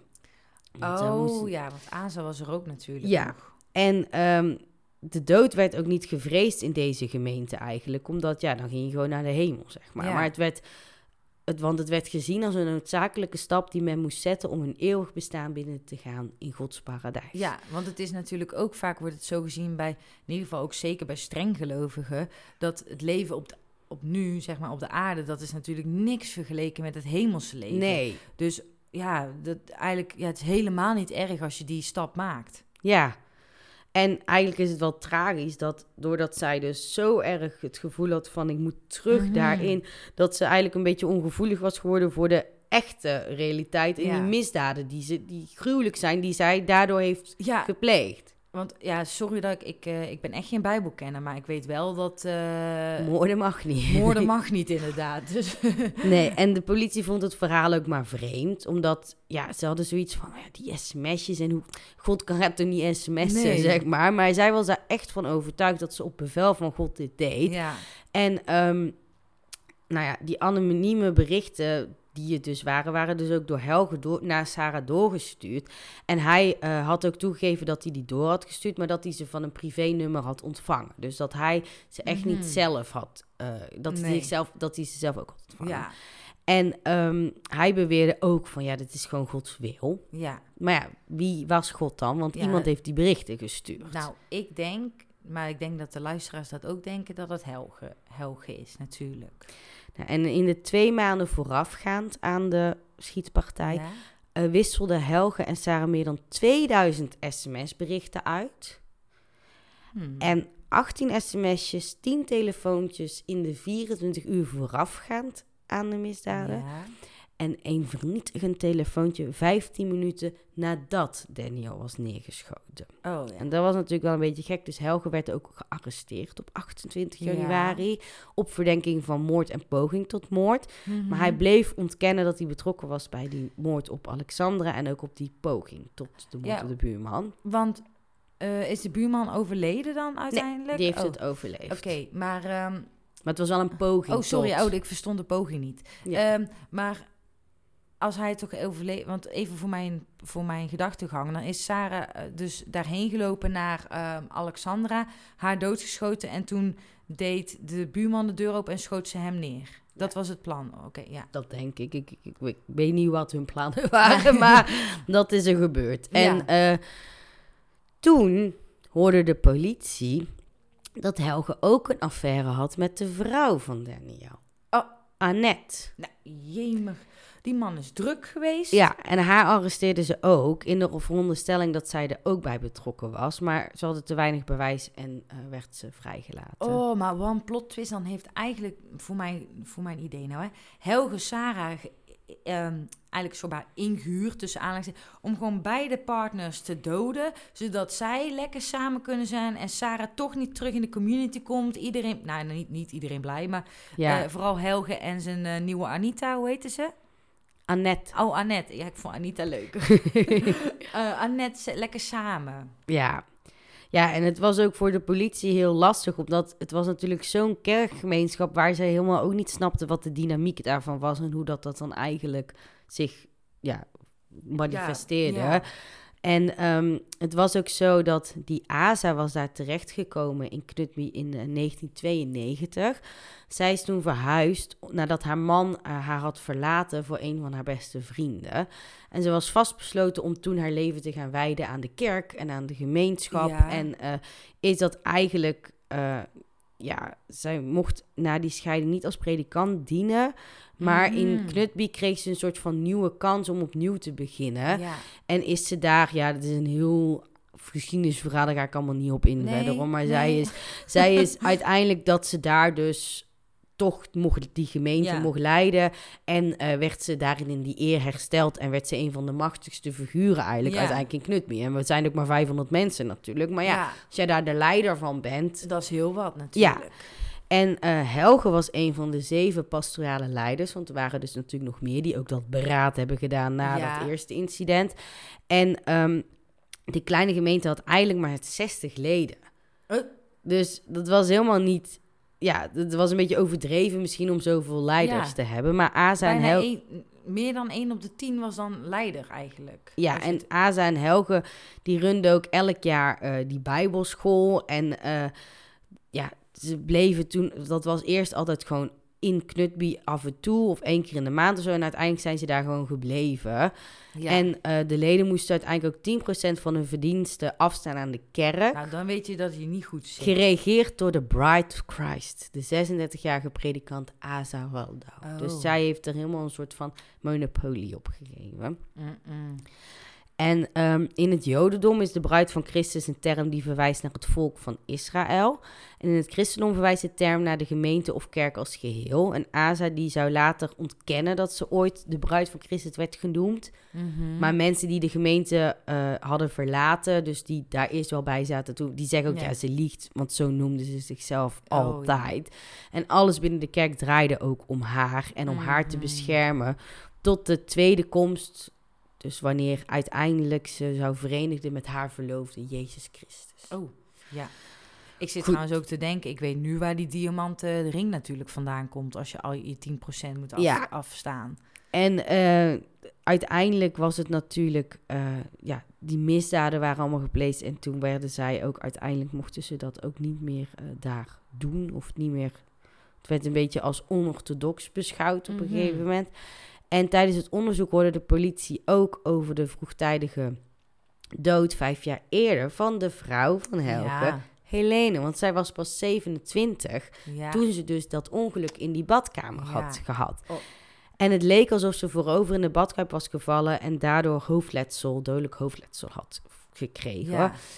Want Asa was er ook natuurlijk nog. En de dood werd ook niet gevreesd in deze gemeente eigenlijk. Omdat, dan ging je gewoon naar de hemel, zeg maar. Ja. Maar het werd gezien als een noodzakelijke stap die men moest zetten om een eeuwig bestaan binnen te gaan in Gods paradijs. Ja, want het is natuurlijk ook vaak, wordt het zo gezien bij, in ieder geval ook zeker bij strenggelovigen, dat het leven op nu, zeg maar, op de aarde, dat is natuurlijk niks vergeleken met het hemelse leven. Nee. Dus het is helemaal niet erg als je die stap maakt. Ja. En eigenlijk is het wel tragisch dat doordat zij dus zo erg het gevoel had van ik moet terug daarin, dat ze eigenlijk een beetje ongevoelig was geworden voor de echte realiteit en die misdaden die gruwelijk zijn, die zij daardoor heeft gepleegd. Want sorry dat ik ben echt geen bijbelkenner, maar ik weet wel dat... moorden mag niet. Moorden mag niet, inderdaad. Dus nee, en de politie vond het verhaal ook maar vreemd, omdat ze hadden zoiets van, die sms'jes en hoe... God kan het er niet sms'en, zeg maar. Maar zij was daar echt van overtuigd dat ze op bevel van God dit deed. Ja. En die anonieme berichten die het dus waren dus ook door Helge naar Sarah doorgestuurd. En hij had ook toegegeven dat hij die door had gestuurd, maar dat hij ze van een privénummer had ontvangen. Dus dat hij ze echt niet zelf had, dat hij ze zelf ook had ontvangen. Ja. En hij beweerde ook van, dit is gewoon Gods wil. Ja. Maar wie was God dan? Want iemand heeft die berichten gestuurd. Nou, ik denk dat de luisteraars dat ook denken, dat het Helge is, natuurlijk. Nou, en in de 2 maanden voorafgaand aan de schietpartij wisselden Helge en Sarah meer dan 2000 sms-berichten uit. En 18 sms'jes, 10 telefoontjes in de 24 uur voorafgaand aan de misdaden. Ja. En een vernietigend telefoontje 15 minuten nadat Daniel was neergeschoten. Oh, ja. En dat was natuurlijk wel een beetje gek. Dus Helge werd ook gearresteerd op 28 januari... op verdenking van moord en poging tot moord. Mm-hmm. Maar hij bleef ontkennen dat hij betrokken was bij die moord op Alexandra... en ook op die poging tot de moord op de buurman. Want is de buurman overleden dan uiteindelijk? Nee, die heeft het overleefd. Oké, maar... Maar het was wel een poging. Oh, sorry, ik verstond de poging niet. Ja. Maar als hij toch overleed... Want even voor mijn gedachtegang... dan is Sarah dus daarheen gelopen naar Alexandra... haar doodgeschoten... en toen deed de buurman de deur open... en schoot ze hem neer. Dat was het plan. Oké, ja. Dat denk ik. Ik weet niet wat hun plannen waren... maar dat is er gebeurd. Ja. En toen hoorde de politie... dat Helge ook een affaire had met de vrouw van Daniel. Oh. Annette. Nou, jemig. Die man is druk geweest. Ja, en haar arresteerden ze ook... in de veronderstelling dat zij er ook bij betrokken was. Maar ze hadden te weinig bewijs en werd ze vrijgelaten. Oh, maar wat een plot twist. Dan heeft eigenlijk, voor mijn idee nou... Helge Sarah eigenlijk zomaar ingehuurd tussen aanleiding... om gewoon beide partners te doden... zodat zij lekker samen kunnen zijn... en Sarah toch niet terug in de community komt. Iedereen, nou, niet iedereen blij... maar vooral Helge en zijn nieuwe Anita, hoe heette ze? Annette. Oh, Annette. Ja, ik vond Anita leuk. Annette, lekker samen. Ja, en het was ook voor de politie heel lastig... omdat het was natuurlijk zo'n kerkgemeenschap... waar zij helemaal ook niet snapten wat de dynamiek daarvan was... en hoe dat dan eigenlijk zich manifesteerde. Ja. En het was ook zo dat die Asa was daar terechtgekomen in Knutby in 1992. Zij is toen verhuisd nadat haar man haar had verlaten voor een van haar beste vrienden. En ze was vastbesloten om toen haar leven te gaan wijden aan de kerk en aan de gemeenschap. Ja. En is dat eigenlijk... zij mocht na die scheiding niet als predikant dienen... maar in Knutby kreeg ze een soort van nieuwe kans om opnieuw te beginnen. Ja. En is ze daar... Ja, dat is een heel geschiedenisverhaal, daar ga ik allemaal niet op in verder. Maar zij is uiteindelijk dat ze daar dus... toch die gemeente mocht leiden. En werd ze daarin in die eer hersteld... en werd ze een van de machtigste figuren eigenlijk uiteindelijk in Knutby. En we zijn ook maar 500 mensen natuurlijk. Maar als jij daar de leider van bent... Dat is heel wat natuurlijk. Ja. En Helge was een van de 7 pastorale leiders... want er waren dus natuurlijk nog meer... die ook dat beraad hebben gedaan na dat eerste incident. En de kleine gemeente had eigenlijk maar 60 leden. Dus dat was helemaal niet... Ja, het was een beetje overdreven misschien om zoveel leiders te hebben. Maar Asa en Helge... Meer dan 1 op de 10 was dan leider eigenlijk. Ja, en Asa en Helge, die runden ook elk jaar die bijbelschool. En ze bleven toen... Dat was eerst altijd gewoon in Knutby af en toe... of 1 keer in de maand of zo. En uiteindelijk zijn ze daar gewoon gebleven. Ja. En de leden moesten uiteindelijk ook 10% van hun verdiensten afstaan aan de kerk. Nou, dan weet je dat je niet goed zit. Geregeerd door de Bride of Christ. De 36-jarige predikant Asa Waldo. Oh. Dus zij heeft er helemaal een soort van monopolie op gegeven. Mm-mm. En in het Jodendom is de bruid van Christus een term die verwijst naar het volk van Israël. En in het christendom verwijst de term naar de gemeente of kerk als geheel. En Asa die zou later ontkennen dat ze ooit de bruid van Christus werd genoemd. Mm-hmm. Maar mensen die de gemeente hadden verlaten, dus die daar eerst wel bij zaten toen, die zeggen ook ze liegt, want zo noemde ze zichzelf altijd. Ja. En alles binnen de kerk draaide ook om haar en om haar te beschermen tot de tweede komst. Dus wanneer uiteindelijk ze zou verenigen met haar verloofde Jezus Christus. Oh, ja. Ik zit trouwens ook te denken, ik weet nu waar die diamanten ring natuurlijk vandaan komt... als je al je 10% moet afstaan. En uiteindelijk was het natuurlijk... die misdaden waren allemaal gepleegd... en toen werden zij ook uiteindelijk... mochten ze dat ook niet meer daar doen of niet meer... Het werd een beetje als onorthodox beschouwd op een gegeven moment... En tijdens het onderzoek hoorde de politie ook over de vroegtijdige dood 5 jaar eerder van de vrouw van Helge, Helene. Want zij was pas 27 toen ze dus dat ongeluk in die badkamer had gehad. Oh. En het leek alsof ze voorover in de badkuip was gevallen en daardoor dodelijk hoofdletsel had gekregen. Ja.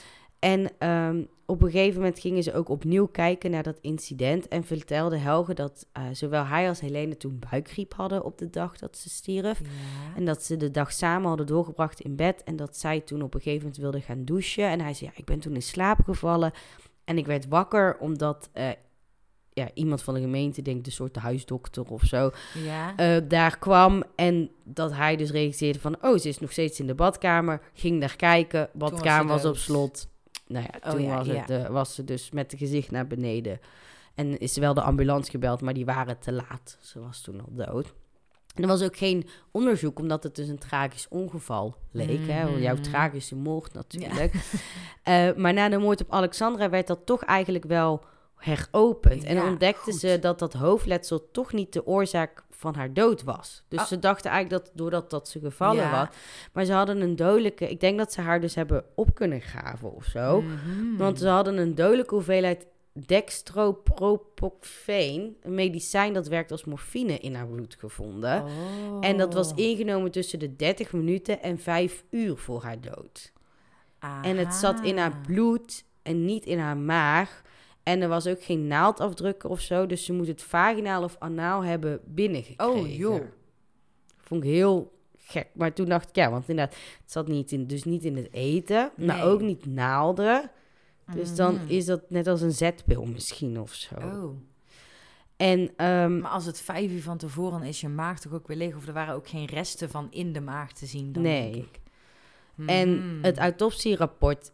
En op een gegeven moment gingen ze ook opnieuw kijken naar dat incident. En vertelde Helge dat zowel hij als Helene toen buikgriep hadden op de dag dat ze stierf. Ja. En dat ze de dag samen hadden doorgebracht in bed. En dat zij toen op een gegeven moment wilde gaan douchen. En hij zei, ik ben toen in slaap gevallen. En ik werd wakker omdat iemand van de gemeente, denk ik de soort huisdokter of zo, daar kwam. En dat hij dus realiseerde van, ze is nog steeds in de badkamer. Ging daar kijken, badkamer was op slot. Nou ja, toen was ze dus met het gezicht naar beneden. En is wel de ambulance gebeld, maar die waren te laat. Ze was toen al dood. En er was ook geen onderzoek, omdat het dus een tragisch ongeval leek. Hè? Jouw tragische moord natuurlijk. Ja. Maar na de moord op Alexandra werd dat toch eigenlijk wel heropend. En ontdekten ze dat hoofdletsel toch niet de oorzaak van haar dood was. Dus ze dachten eigenlijk dat doordat dat ze gevallen was. Maar ze hadden een dodelijke... Ik denk dat ze haar dus hebben op kunnen graven of zo. Mm-hmm. Want ze hadden een dodelijke hoeveelheid dextropropoxfen, een medicijn dat werkt als morfine, in haar bloed gevonden. En dat was ingenomen tussen de 30 minuten en 5 uur voor haar dood. Aha. En het zat in haar bloed en niet in haar maag. En er was ook geen naaldafdrukker of zo, dus ze moet het vaginaal of anaal hebben binnengekregen. Oh, joh. Vond ik heel gek. Maar toen dacht ik, want inderdaad, het zat niet in het eten, maar ook niet naalden. Dus dan is dat net als een zetpil misschien of zo. Oh. En, maar als het 5 uur van tevoren is je maag toch ook weer leeg? Of er waren ook geen resten van in de maag te zien dan, denk ik. En het autopsierapport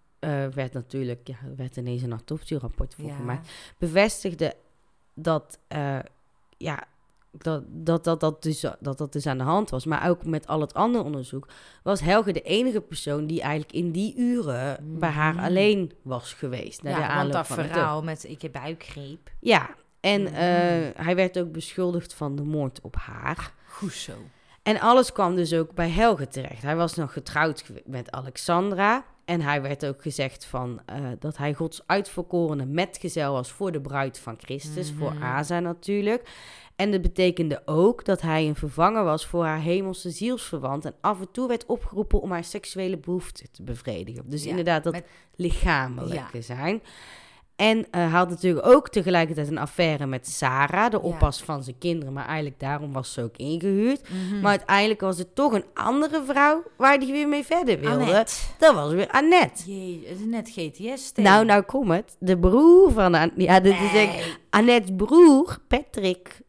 werd ineens een autopsierapport voor gemaakt. Bevestigde dat dat dus aan de hand was. Maar ook met al het andere onderzoek was Helge de enige persoon die eigenlijk in die uren bij haar alleen was geweest. Want dat verhaal met ik heb buikgreep. Ja, en hij werd ook beschuldigd van de moord op haar. Goed zo. En alles kwam dus ook bij Helge terecht. Hij was nog getrouwd met Alexandra. En hij werd ook gezegd van dat hij Gods uitverkorene metgezel was voor de bruid van Christus, voor Asa natuurlijk. En dat betekende ook dat hij een vervanger was voor haar hemelse zielsverwant. En af en toe werd opgeroepen om haar seksuele behoeften te bevredigen. Dus inderdaad dat lichamelijke zijn. En hij had natuurlijk ook tegelijkertijd een affaire met Sarah, de oppas van zijn kinderen. Maar eigenlijk daarom was ze ook ingehuurd. Mm-hmm. Maar uiteindelijk was het toch een andere vrouw waar hij weer mee verder wilde. Annette. Dat was weer Annette. Jee, het is net GTS. Nou kom het. De broer van Annette. Ja, dit is echt Annette's broer, Patrick.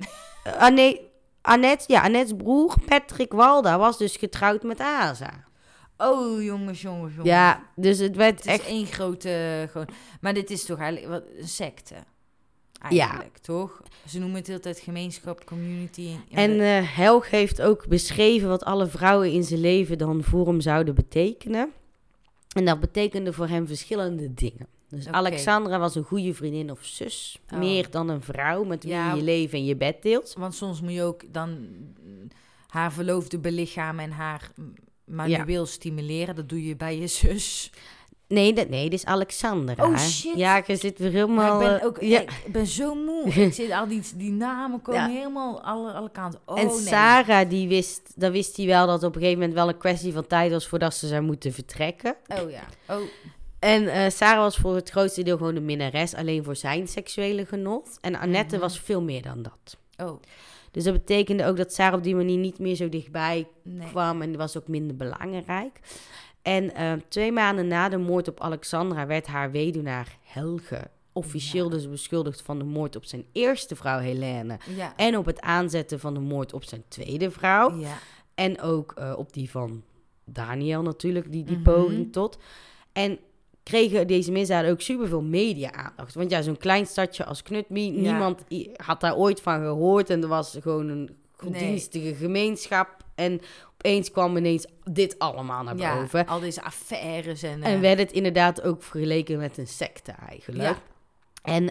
Annette's broer, Patrick Walda, was dus getrouwd met Asa. Oh, jongens. Ja, dus het werd echt... Het is één grote... Maar dit is toch eigenlijk een secte? Eigenlijk, toch? Ze noemen het de hele tijd gemeenschap, community. En Helge heeft ook beschreven wat alle vrouwen in zijn leven dan voor hem zouden betekenen. En dat betekende voor hem verschillende dingen. Dus Alexandra was een goede vriendin of zus. Meer dan een vrouw met wie je leven en je bed deelt. Want soms moet je ook dan haar verloofde belichamen en haar manueel stimuleren. Dat doe je bij je zus. Nee, dit is Alexandra. Oh, shit. Ja, je zit weer helemaal... Ik ben zo moe. Ik zit al die namen komen helemaal alle kanten. Oh, en Sarah, dat wist hij wel dat op een gegeven moment wel een kwestie van tijd was voordat ze zou moeten vertrekken. Oh ja. Oh. En Sarah was voor het grootste deel gewoon de minnares, alleen voor zijn seksuele genot. En Annette was veel meer dan dat. Oh. Dus dat betekende ook dat Sarah op die manier niet meer zo dichtbij kwam en was ook minder belangrijk. En 2 maanden na de moord op Alexandra werd haar weduwnaar Helge officieel dus beschuldigd van de moord op zijn eerste vrouw Helene. Ja. En op het aanzetten van de moord op zijn tweede vrouw. Ja. En ook op die van Daniel natuurlijk, die poging tot. En kregen deze misdaden ook superveel media-aandacht. Want zo'n klein stadje als Knutby, niemand had daar ooit van gehoord. En er was gewoon een godsdienstige gemeenschap. En opeens kwam ineens dit allemaal naar boven. Al deze affaires. En werd het inderdaad ook vergeleken met een secte eigenlijk. Ja. En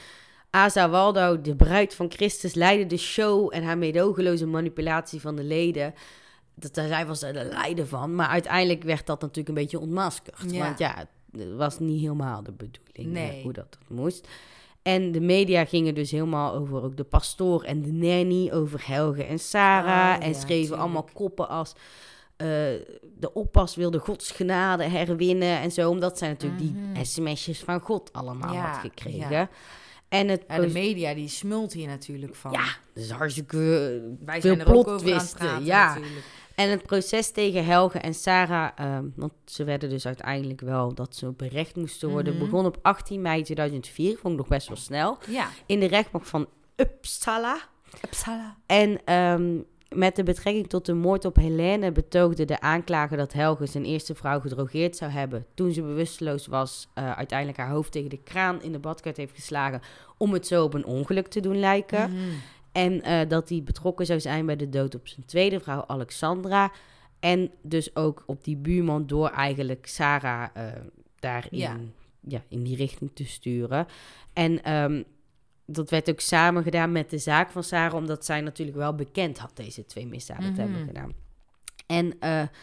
Asa Waldo, de bruid van Christus, leidde de show en haar meedogenloze manipulatie van de leden. Zij was er de leider van. Maar uiteindelijk werd dat natuurlijk een beetje ontmaskerd. Ja. Want het was niet helemaal de bedoeling hoe dat moest. En de media gingen dus helemaal over ook de pastoor en de nanny, over Helge en Sarah. En schreven allemaal koppen als de oppas wilde Gods genade herwinnen en zo. Omdat zij natuurlijk die sms'jes van God allemaal had gekregen. Ja. En de media die smult hier natuurlijk van. Ja, dus hartstikke Wij veel zijn er ook over aan het plotwisten. praten Ja. natuurlijk. En het proces tegen Helge en Sarah, want ze werden dus uiteindelijk wel dat ze berecht moesten worden, begon op 18 mei 2004, vond ik nog best wel snel, in de rechtbank van Uppsala. En met de betrekking tot de moord op Helene betoogde de aanklager dat Helge zijn eerste vrouw gedrogeerd zou hebben. Toen ze bewusteloos was, uiteindelijk haar hoofd tegen de kraan in de badkuip heeft geslagen om het zo op een ongeluk te doen lijken. En dat hij betrokken zou zijn bij de dood op zijn tweede vrouw, Alexandra. En dus ook op die buurman door eigenlijk Sarah daarin in die richting te sturen. En dat werd ook samen gedaan met de zaak van Sarah, omdat zij natuurlijk wel bekend had deze 2 misdaden te hebben gedaan. En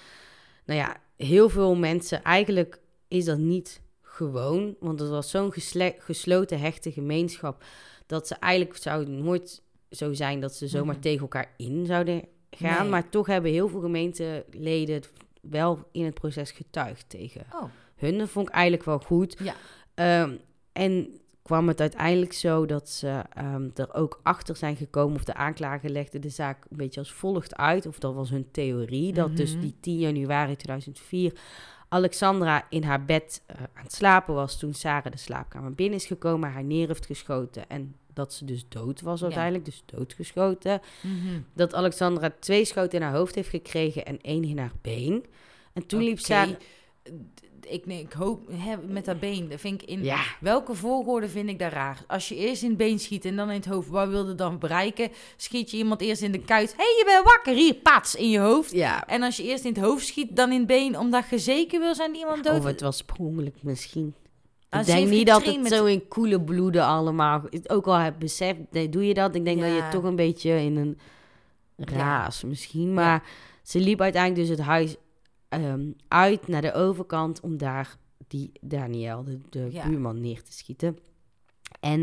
heel veel mensen, eigenlijk is dat niet gewoon, want het was zo'n gesloten, hechte gemeenschap, dat ze eigenlijk zou nooit zo zijn dat ze zomaar tegen elkaar in zouden gaan. Nee. Maar toch hebben heel veel gemeenteleden wel in het proces getuigd tegen hun. Dat vond ik eigenlijk wel goed. Ja. En kwam het uiteindelijk zo dat ze er ook achter zijn gekomen, of de aanklager legde de zaak een beetje als volgt uit, of dat was hun theorie, dat dus die 10 januari 2004 Alexandra in haar bed aan het slapen was toen Sarah de slaapkamer binnen is gekomen, haar neer heeft geschoten en dat ze dus dood was uiteindelijk, dus doodgeschoten. Dat Alexandra 2 schoten in haar hoofd heeft gekregen en 1 in haar been. En toen liep Sarah... Ik hoop, met dat been, dat vind ik welke volgorde vind ik daar raar? Als je eerst in het been schiet en dan in het hoofd, wat wil je dan bereiken? Schiet je iemand eerst in de kuit, je bent wakker, hier, pats, in je hoofd. Ja. En als je eerst in het hoofd schiet, dan in het been, omdat je zeker wil zijn dat iemand dood is. Of het was sprongelijk misschien. Ik denk niet dat het zo in koele bloeden allemaal... Ook al heb beseft, doe je dat? Ik denk dat je toch een beetje in een raas misschien. Maar ze liep uiteindelijk dus het huis uit naar de overkant om daar die Daniel, de buurman, neer te schieten. En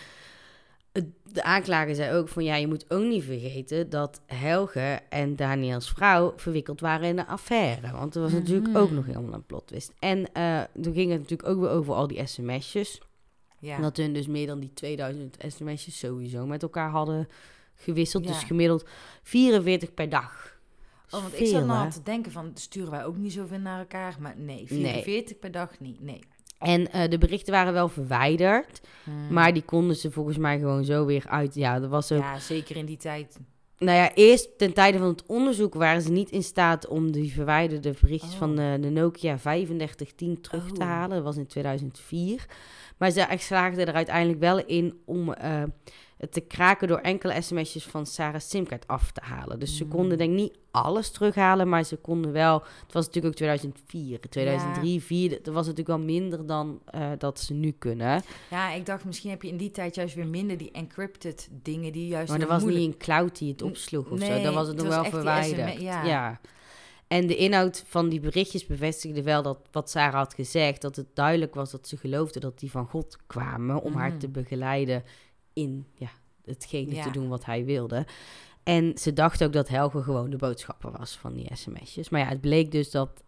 de aanklager zei ook van je moet ook niet vergeten dat Helge en Daniels vrouw verwikkeld waren in een affaire. Want er was natuurlijk ook nog helemaal een plotwist. En toen ging het natuurlijk ook weer over al die sms'jes. Ja. En dat hun dus meer dan die 2000 sms'jes sowieso met elkaar hadden gewisseld. Ja. Dus gemiddeld 44 per dag. Want ik zat nou te denken van, sturen wij ook niet zoveel naar elkaar? Maar nee, 44 per dag niet, nee. En de berichten waren wel verwijderd, maar die konden ze volgens mij gewoon zo weer uit. Ja, dat was ook... Ja, zeker in die tijd. Nou ja, eerst ten tijde van het onderzoek waren ze niet in staat om die verwijderde berichtjes van de Nokia 3510 terug te halen. Dat was in 2004. Maar ze slaagden er uiteindelijk wel in om het te kraken door enkele sms'jes van Sarah's simkaart af te halen. Dus ze konden denk ik niet alles terughalen, maar ze konden wel... Het was natuurlijk ook 2004, 2003, 2004. Dat was natuurlijk wel minder dan dat ze nu kunnen. Ja, ik dacht misschien heb je in die tijd juist weer minder die encrypted dingen die juist... Maar er was niet een cloud die het opsloeg of zo. Dan was het nog wel verwijderd. Ja. En de inhoud van die berichtjes bevestigde wel dat wat Sarah had gezegd, dat het duidelijk was dat ze geloofde dat die van God kwamen om haar te begeleiden in hetgene te doen wat hij wilde. En ze dacht ook dat Helge gewoon de boodschapper was van die sms'jes. Maar ja, het bleek dus dat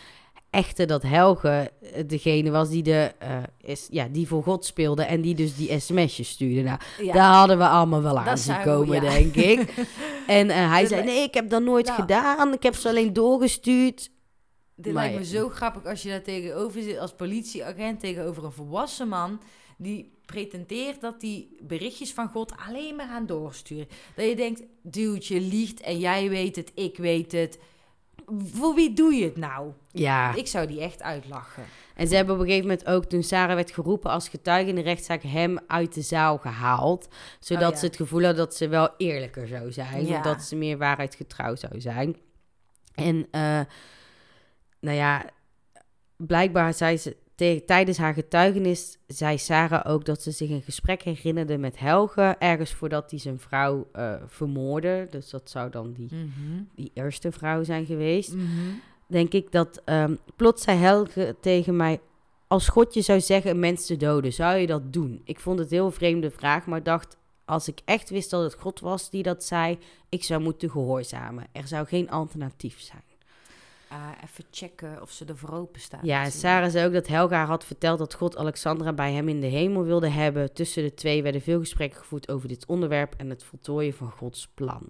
dat Helge degene was die die voor God speelde en die dus die sms'jes stuurde. Nou, daar hadden we allemaal wel aan gekomen, denk ik. En hij zei, nee, ik heb dat nooit gedaan. Ik heb ze alleen doorgestuurd. Dit lijkt me zo grappig als je daar tegenover zit als politieagent tegenover een volwassen man die pretendeert dat die berichtjes van God alleen maar aan doorsturen. Dat je denkt, dude, je liegt en jij weet het, ik weet het. Voor wie doe je het nou? Ja. Ik zou die echt uitlachen. En ze hebben op een gegeven moment ook, toen Sarah werd geroepen als getuige in de rechtszaak, hem uit de zaal gehaald. Zodat ze het gevoel hadden dat ze wel eerlijker zou zijn. Ja. Of dat ze meer waarheidsgetrouw zou zijn. En blijkbaar zei ze... Tijdens haar getuigenis zei Sarah ook dat ze zich een gesprek herinnerde met Helge, ergens voordat hij zijn vrouw vermoordde. Dus dat zou dan die eerste vrouw zijn geweest. Denk ik dat plots zei Helge tegen mij, als God je zou zeggen een mens te doden, zou je dat doen? Ik vond het een heel vreemde vraag, maar dacht, als ik echt wist dat het God was die dat zei, ik zou moeten gehoorzamen. Er zou geen alternatief zijn. Even checken of ze ervoor open staat. Ja, en Sarah zei ook dat Helga haar had verteld dat God Alexandra bij hem in de hemel wilde hebben. Tussen de twee werden veel gesprekken gevoerd over dit onderwerp en het voltooien van Gods plan.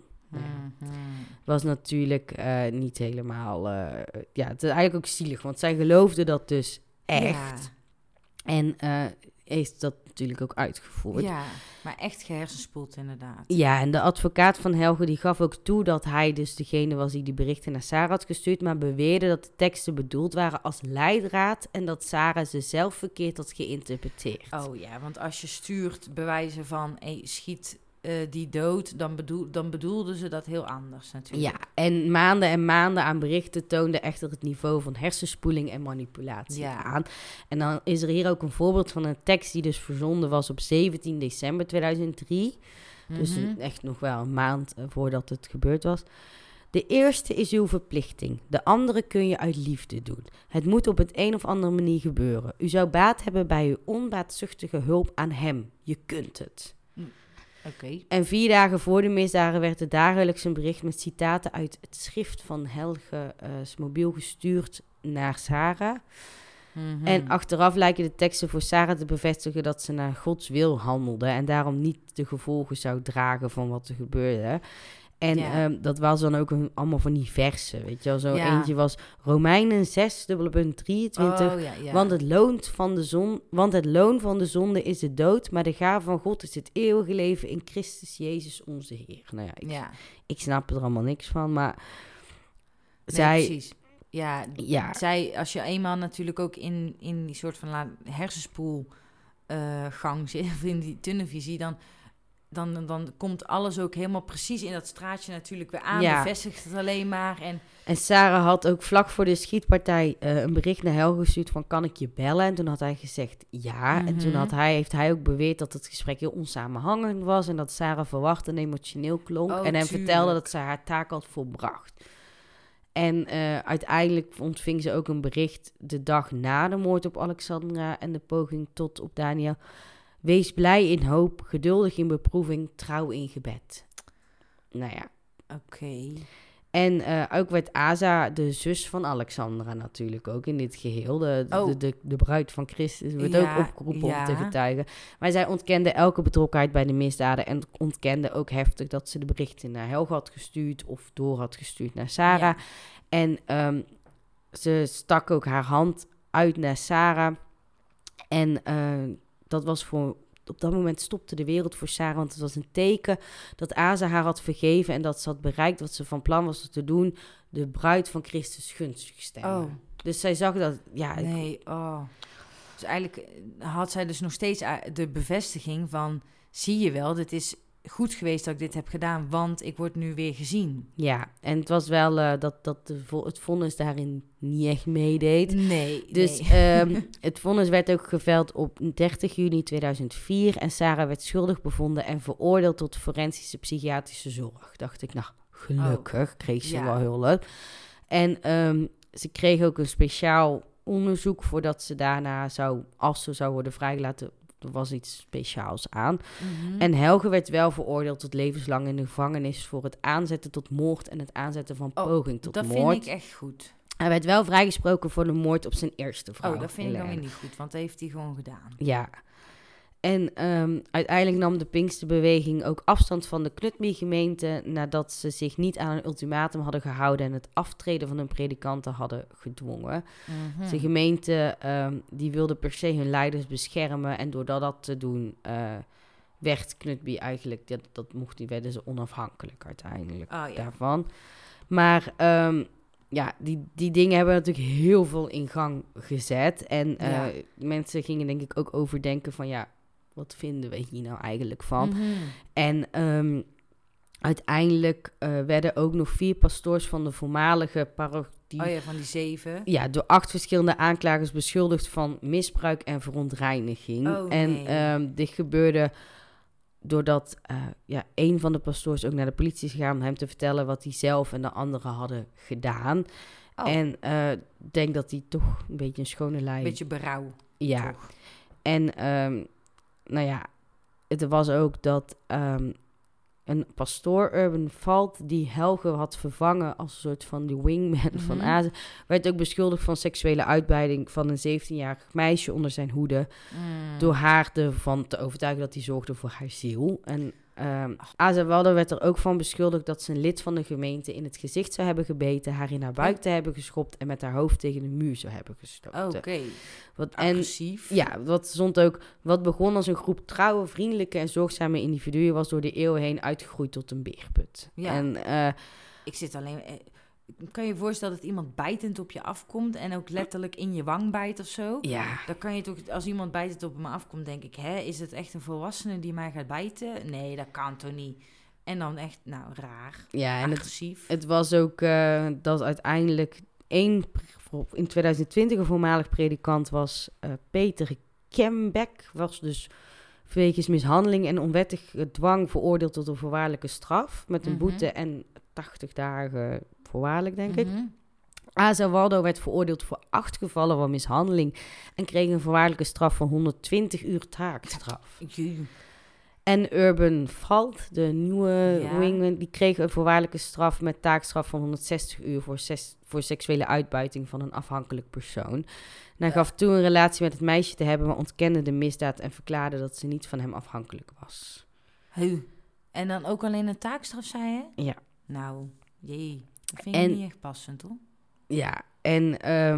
Was natuurlijk niet helemaal... het is eigenlijk ook zielig, want zij geloofde dat dus echt. Ja. En heeft dat natuurlijk ook uitgevoerd. Ja, maar echt gehersenspoeld inderdaad. Ja, en de advocaat van Helge die gaf ook toe dat hij dus degene was die berichten naar Sarah had gestuurd, maar beweerde dat de teksten bedoeld waren als leidraad en dat Sarah ze zelf verkeerd had geïnterpreteerd. Oh ja, want als je stuurt bewijzen van schiet die dood, dan bedoelden ze dat heel anders natuurlijk. Ja, en maanden aan berichten toonden echter het niveau van hersenspoeling en manipulatie aan. En dan is er hier ook een voorbeeld van een tekst die dus verzonden was op 17 december 2003. Dus echt nog wel een maand voordat het gebeurd was. De eerste is uw verplichting. De andere kun je uit liefde doen. Het moet op een of andere manier gebeuren. U zou baat hebben bij uw onbaatzuchtige hulp aan hem. Je kunt het. Okay. En 4 dagen voor de misdaden werd er dagelijks een bericht met citaten uit het schrift van Helge's mobiel gestuurd naar Sarah. En achteraf lijken de teksten voor Sarah te bevestigen dat ze naar Gods wil handelde en daarom niet de gevolgen zou dragen van wat er gebeurde. En dat was dan ook allemaal van die versen, weet je wel. Zo eentje was Romeinen 6:23. Want het loon van de zonde is de dood, maar de gave van God is het eeuwige leven in Christus Jezus onze Heer. Nou ja, ik snap er allemaal niks van, maar precies. Ja, zij, als je eenmaal natuurlijk ook in die soort van hersenspoel gang zit, of in die tunnelvisie, dan komt alles ook helemaal precies in dat straatje natuurlijk weer aan. Bevestigt het alleen maar. En Sarah had ook vlak voor de schietpartij een bericht naar Helge gestuurd van kan ik je bellen? En toen had hij gezegd ja. En toen heeft hij ook beweerd dat het gesprek heel onsamenhangend was en dat Sarah verwacht en emotioneel klonk. En hem vertelde dat ze haar taak had volbracht. En uiteindelijk ontving ze ook een bericht de dag na de moord op Alexandra en de poging tot op Daniel. Wees blij in hoop, geduldig in beproeving, trouw in gebed. Nou ja. Oké. En ook werd Asa, de zus van Alexandra natuurlijk ook in dit geheel. De bruid van Christus werd ook opgeroepen om te getuigen. Maar zij ontkende elke betrokkenheid bij de misdaden en ontkende ook heftig dat ze de berichten naar Helge had gestuurd of door had gestuurd naar Sarah. Ja. En ze stak ook haar hand uit naar Sarah. En dat was op dat moment stopte de wereld voor Sarah, want het was een teken dat Asa haar had vergeven en dat ze had bereikt wat ze van plan was te doen, de bruid van Christus gunstig stemmen. Oh. Dus zij zag dat, Dus eigenlijk had zij dus nog steeds de bevestiging van, zie je wel, dit is goed geweest dat ik dit heb gedaan, want ik word nu weer gezien. Ja, en het was wel het vonnis daarin niet echt meedeed. Nee. Het vonnis werd ook geveld op 30 juni 2004 en Sarah werd schuldig bevonden en veroordeeld tot forensische psychiatrische zorg. Dacht ik, nou, gelukkig kreeg ze wel heel leuk. En ze kreeg ook een speciaal onderzoek voordat ze daarna als ze zou worden vrijgelaten. Er was iets speciaals aan. En Helge werd wel veroordeeld tot levenslang in de gevangenis voor het aanzetten tot moord en het aanzetten van poging tot moord. Dat vind ik echt goed. Hij werd wel vrijgesproken voor de moord op zijn eerste vrouw. Dat vind ik dan weer niet goed, want dat heeft hij gewoon gedaan. Ja. En uiteindelijk nam de Pinksterbeweging ook afstand van de Knutby-gemeente nadat ze zich niet aan een ultimatum hadden gehouden en het aftreden van hun predikanten hadden gedwongen. De gemeente die wilde per se hun leiders beschermen en door dat te doen werd Knutby eigenlijk, werden ze onafhankelijk uiteindelijk daarvan. Maar die dingen hebben natuurlijk heel veel in gang gezet en mensen gingen denk ik ook overdenken van wat vinden we hier nou eigenlijk van? En uiteindelijk werden ook nog 4 pastoors van de voormalige parodie... van die 7. Ja, door 8 verschillende aanklagers beschuldigd van misbruik en verontreiniging. Dit gebeurde doordat een van de pastoors ook naar de politie is gegaan om hem te vertellen wat hij zelf en de anderen hadden gedaan. En ik denk dat hij toch een beetje een schone lei... Een beetje berouw. Ja. Toch. En... het was ook dat een pastoor, Urban Valt, die Helge had vervangen als een soort van de wingman van Aza, werd ook beschuldigd van seksuele uitbuiting van een 17-jarig meisje onder zijn hoede. Door haar ervan te overtuigen dat hij zorgde voor haar ziel. En Aza Waldo werd er ook van beschuldigd dat ze een lid van de gemeente in het gezicht zou hebben gebeten, haar in haar buik te hebben geschopt en met haar hoofd tegen de muur zou hebben gestoten. Oké. Agressief. Wat stond ook, wat begon als een groep trouwe, vriendelijke en zorgzame individuen, was door de eeuwen heen uitgegroeid tot een beerput. Ja. En ik zit alleen... Kan je je voorstellen dat iemand bijtend op je afkomt en ook letterlijk in je wang bijt of zo? Ja. Dan kan je toch, als iemand bijtend op me afkomt, denk ik, is het echt een volwassene die mij gaat bijten? Nee, dat kan toch niet? En dan echt, raar. Ja, en agressief. Het was ook dat uiteindelijk in 2020 een voormalig predikant was, Peter Kembeck, was dus wegens mishandeling en onwettige dwang veroordeeld tot een voorwaardelijke straf met een boete en 80 dagen voorwaardelijk, denk ik. Aza Waldo werd veroordeeld voor 8 gevallen van mishandeling en kreeg een voorwaardelijke straf van 120 uur taakstraf. En Urban Valt, de nieuwe wingman, die kreeg een voorwaardelijke straf met taakstraf van 160 uur voor seksuele uitbuiting van een afhankelijk persoon. En hij gaf toe een relatie met het meisje te hebben, maar ontkende de misdaad en verklaarde dat ze niet van hem afhankelijk was. En dan ook alleen een taakstraf, zei je? Ja. Nou, dat vind ik niet echt passend, hoor. Ja, en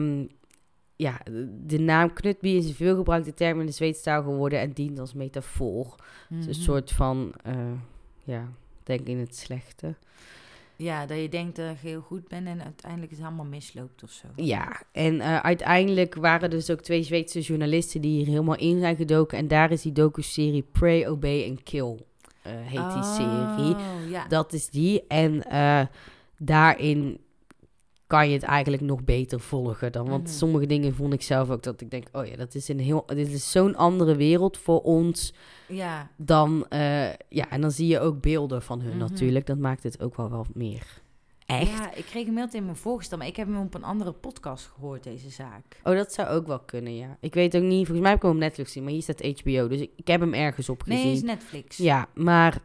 de naam Knutby is een veelgebruikte term in de Zweedse taal geworden en dient als metafoor. Dus een soort van, denk in het slechte. Ja, dat je denkt dat je heel goed bent en uiteindelijk het allemaal misloopt of zo. Ja, en uiteindelijk waren dus ook 2 Zweedse journalisten die hier helemaal in zijn gedoken. En daar is die docu-serie Pray, Obey and Kill, heet die serie. Ja. Dat is die. En daarin kan je het eigenlijk nog beter volgen dan. Want sommige dingen vond ik zelf ook dat ik denk, dat is dit is zo'n andere wereld voor ons. Ja. Dan, en dan zie je ook beelden van hun natuurlijk. Dat maakt het ook wel meer echt. Ja, ik kreeg een mail in me voorgesteld, maar ik heb hem op een andere podcast gehoord, deze zaak. Oh, dat zou ook wel kunnen, ja. Ik weet ook niet, volgens mij heb ik hem op Netflix gezien, maar hier staat HBO. Dus ik heb hem ergens op gezien. Nee, het is Netflix. Ja, maar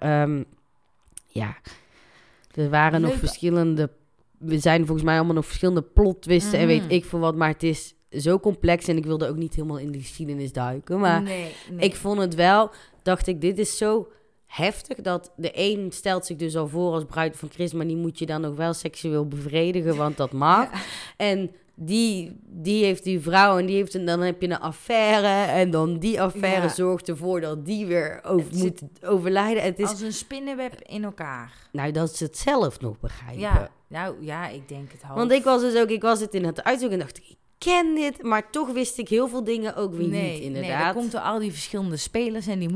er waren nog verschillende... We zijn volgens mij allemaal nog verschillende plot-twisten en weet ik veel wat. Maar het is zo complex en ik wilde ook niet helemaal in de geschiedenis duiken. Maar ik vond het wel, dacht ik, dit is zo heftig dat de een stelt zich dus al voor als bruid van Christus, maar die moet je dan nog wel seksueel bevredigen, want dat mag. Ja. En die heeft die vrouw en die heeft dan heb je een affaire en dan die affaire zorgt ervoor dat die weer moet overlijden. Het is als een spinnenweb in elkaar. Nou, dat ze het zelf nog begrijpen. Ja, nou ja, ik denk het half. Want ik was het in het uitzoeken en dacht ik ken dit, maar toch wist ik heel veel dingen ook weer niet, inderdaad. Nee, dat komt door al die verschillende spelers en die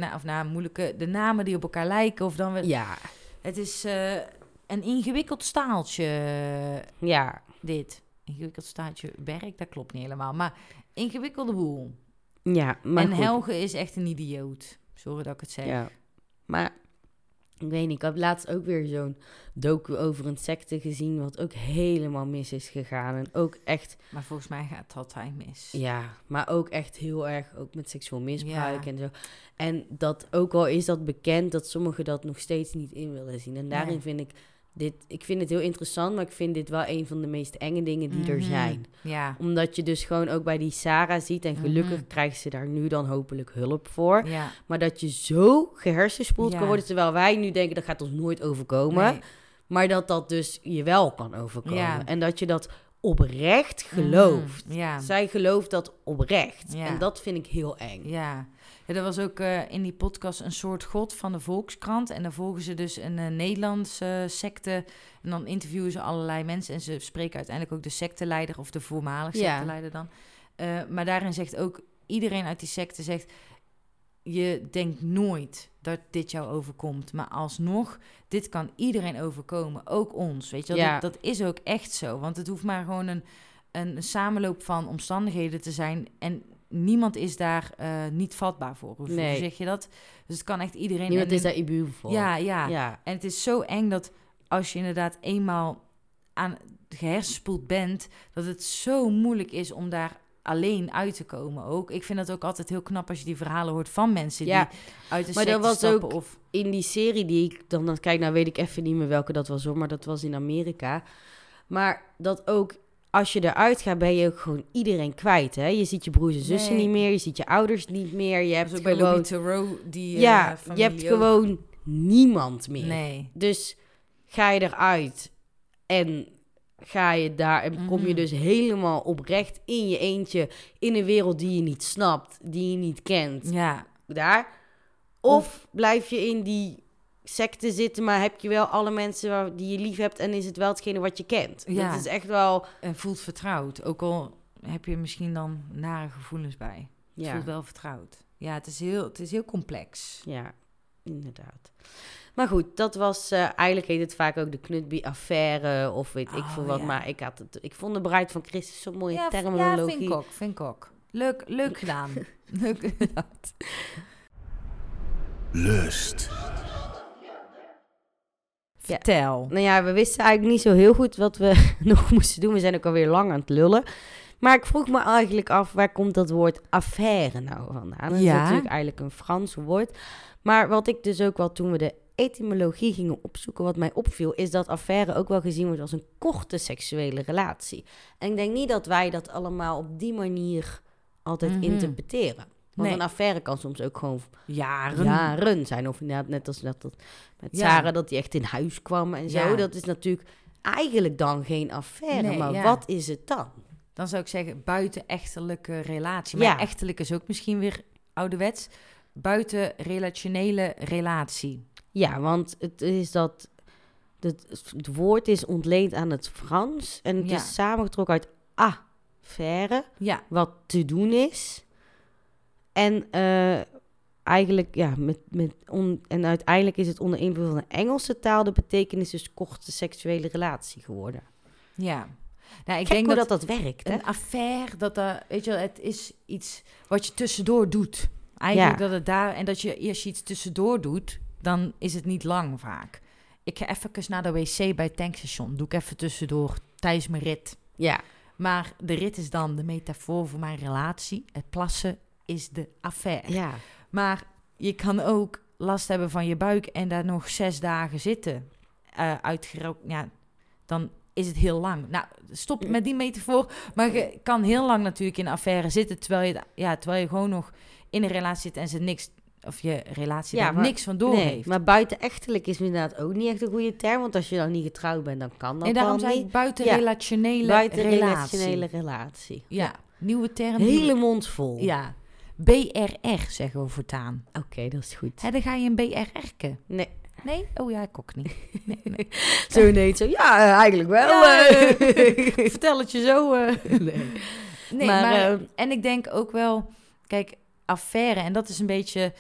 de namen die op elkaar lijken. Of dan ja. Het is een ingewikkeld staaltje. Ja. Dit. Ingewikkeld staaltje werk, dat klopt niet helemaal. Maar ingewikkelde boel. Ja, maar en goed. Helge is echt een idioot. Sorry dat ik het zeg. Ja, maar ik weet niet, ik heb laatst ook weer zo'n docu over een secte gezien, wat ook helemaal mis is gegaan. En ook echt... Maar volgens mij gaat het altijd mis. Ja, maar ook echt heel erg, ook met seksueel misbruik en zo. En dat ook al is dat bekend, dat sommigen dat nog steeds niet in willen zien. En daarin vind ik ik vind het heel interessant, maar ik vind dit wel een van de meest enge dingen die er zijn. Ja. Omdat je dus gewoon ook bij die Sarah ziet, en gelukkig krijgt ze daar nu dan hopelijk hulp voor. Ja. Maar dat je zo gehersenspoeld kan worden, terwijl wij nu denken, dat gaat ons nooit overkomen. Nee. Maar dat dus je wel kan overkomen. Ja. En dat je dat oprecht gelooft. Ja. Zij gelooft dat oprecht. Ja. En dat vind ik heel eng. Ja. Ja, er was ook in die podcast een soort god van de Volkskrant. En dan volgen ze dus een Nederlandse secte. En dan interviewen ze allerlei mensen. En ze spreken uiteindelijk ook de secteleider of de voormalige secteleider dan. Maar daarin zegt ook iedereen uit die secte zegt... Je denkt nooit dat dit jou overkomt. Maar alsnog, dit kan iedereen overkomen. Ook ons, weet je wel. Ja. Dat is ook echt zo. Want het hoeft maar gewoon een samenloop van omstandigheden te zijn... En niemand is daar niet vatbaar voor. Hoe zeg je dat? Dus het kan echt iedereen... Niemand is daar immuun voor. Ja. En het is zo eng dat als je inderdaad eenmaal aan gehersenspoeld bent... dat het zo moeilijk is om daar alleen uit te komen ook. Ik vind dat ook altijd heel knap als je die verhalen hoort van mensen die uit de maar secte dat was stappen. ook in die serie die ik dan kijk, nou weet ik even niet meer welke dat was hoor, maar dat was in Amerika. Maar dat ook, als je eruit gaat, ben je ook gewoon iedereen kwijt, hè? Je ziet je broers en zussen niet meer, je ziet je ouders niet meer. Je hebt ook gewoon... bij Louis Theroux, die je familie hebt ook. gewoon niemand meer. Nee. Dus ga je eruit en ga je daar en kom je dus helemaal oprecht in je eentje in een wereld die je niet snapt, die je niet kent. Ja. Daar. Of blijf je in die secte zitten, maar heb je wel alle mensen die je lief hebt en is het wel hetgene wat je kent. Ja. Dat is echt wel... En voelt vertrouwd. Ook al heb je misschien dan nare gevoelens bij. Het voelt wel vertrouwd. Ja, het is heel complex. Ja, inderdaad. Maar goed, dat was... eigenlijk heet het vaak ook de Knutby-affaire of weet ik veel wat. Ja. Maar ik vond de bruid van Christus zo'n mooie Ja, terminologie. vind ik ook. Leuk gedaan. Leuk gedaan. Lust. Vertel. Nou ja, we wisten eigenlijk niet zo heel goed wat we nog moesten doen. We zijn ook alweer lang aan het lullen. Maar ik vroeg me eigenlijk af, waar komt dat woord affaire nou vandaan? Dat is natuurlijk eigenlijk een Frans woord. Maar wat ik dus ook wel, toen we de etymologie gingen opzoeken, wat mij opviel, is dat affaire ook wel gezien wordt als een korte seksuele relatie. En ik denk niet dat wij dat allemaal op die manier altijd interpreteren. Want een affaire kan soms ook gewoon jaren zijn. Of inderdaad, net als dat met Sarah, dat die echt in huis kwam en zo. Ja. Dat is natuurlijk eigenlijk dan geen affaire. Maar wat is het dan? Dan zou ik zeggen buitenechtelijke relatie. Maar echtelijk is ook misschien weer ouderwets. Buitenrelationele relatie. Ja, want het is dat... Het woord is ontleend aan het Frans. En het is samengetrokken uit affaire. Ja. Wat te doen is. En eigenlijk, en uiteindelijk is het onder invloed van de Engelse taal de betekenis dus korte seksuele relatie geworden. Ja. Nou, ik Kijk denk hoe dat werkt, hè? Een affaire, weet je wel, het is iets wat je tussendoor doet. Eigenlijk dat het daar... En dat je eerst iets tussendoor doet, dan is het niet lang vaak. Ik ga even naar de wc bij het tankstation. Doe ik even tussendoor tijdens mijn rit. Ja. Maar de rit is dan de metafoor voor mijn relatie. Het plassen is de affaire. Ja. Maar je kan ook last hebben van je buik en daar nog 6 dagen zitten. Dan is het heel lang. Nou, stop met die metafoor. Maar je kan heel lang natuurlijk in een affaire zitten, terwijl je gewoon nog in een relatie zit en ze niks, of je relatie daar niks van door heeft. Maar buitenechtelijk is inderdaad ook niet echt een goede term, want als je dan niet getrouwd bent, dan kan dat en daarom wel zei niet. ik buitenrelationele relatie. Ja, nieuwe term. Hele mond vol. Ja. BRR zeggen we voortaan. Oké, dat is goed. Hè, dan ga je een BRR'ke. Nee. Nee? Oh ja, ik ook niet. Nee. Zo ineens zo, eigenlijk wel. Ja, vertel het je zo. Nee, maar en ik denk ook wel, kijk, affaire, en dat is een beetje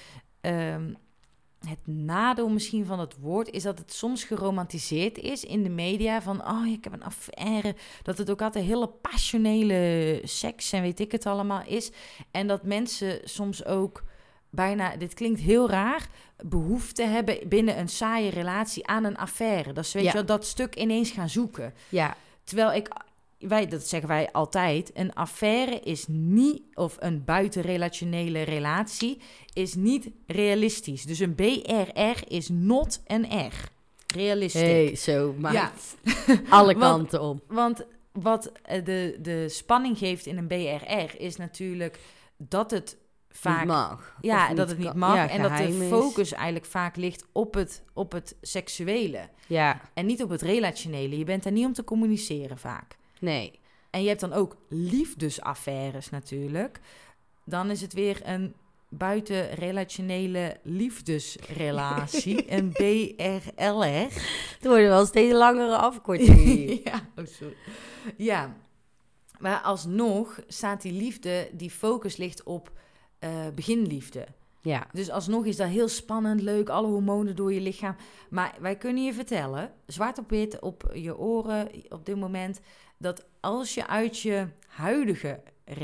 het nadeel misschien van het woord, is dat het soms geromantiseerd is in de media van, ik heb een affaire, dat het ook altijd hele passionele seks en weet ik het allemaal is. En dat mensen soms ook bijna, dit klinkt heel raar, behoefte hebben binnen een saaie relatie aan een affaire. Dat is, weet je wel, dat stuk ineens gaan zoeken. Ja. Terwijl dat zeggen wij altijd, een affaire is niet, of een buitenrelationele relatie, is niet realistisch. Dus een BRR is not een R. Realistisch. Hey, zo, maar alle kanten om. Want wat de spanning geeft in een BRR is natuurlijk dat het vaak niet mag. Ja, en dat het niet mag. En dat de focus is. eigenlijk vaak ligt op het seksuele. Ja. En niet op het relationele. Je bent daar niet om te communiceren vaak. Nee. En je hebt dan ook liefdesaffaires natuurlijk. Dan is het weer een buitenrelationele liefdesrelatie. Een BRLR. Het worden wel steeds langere afkortingen. Sorry. Ja, maar alsnog staat die liefde, die focus ligt op beginliefde. Ja. Dus alsnog is dat heel spannend, leuk, alle hormonen door je lichaam. Maar wij kunnen je vertellen, zwart op wit op je oren op dit moment, dat als je uit je huidige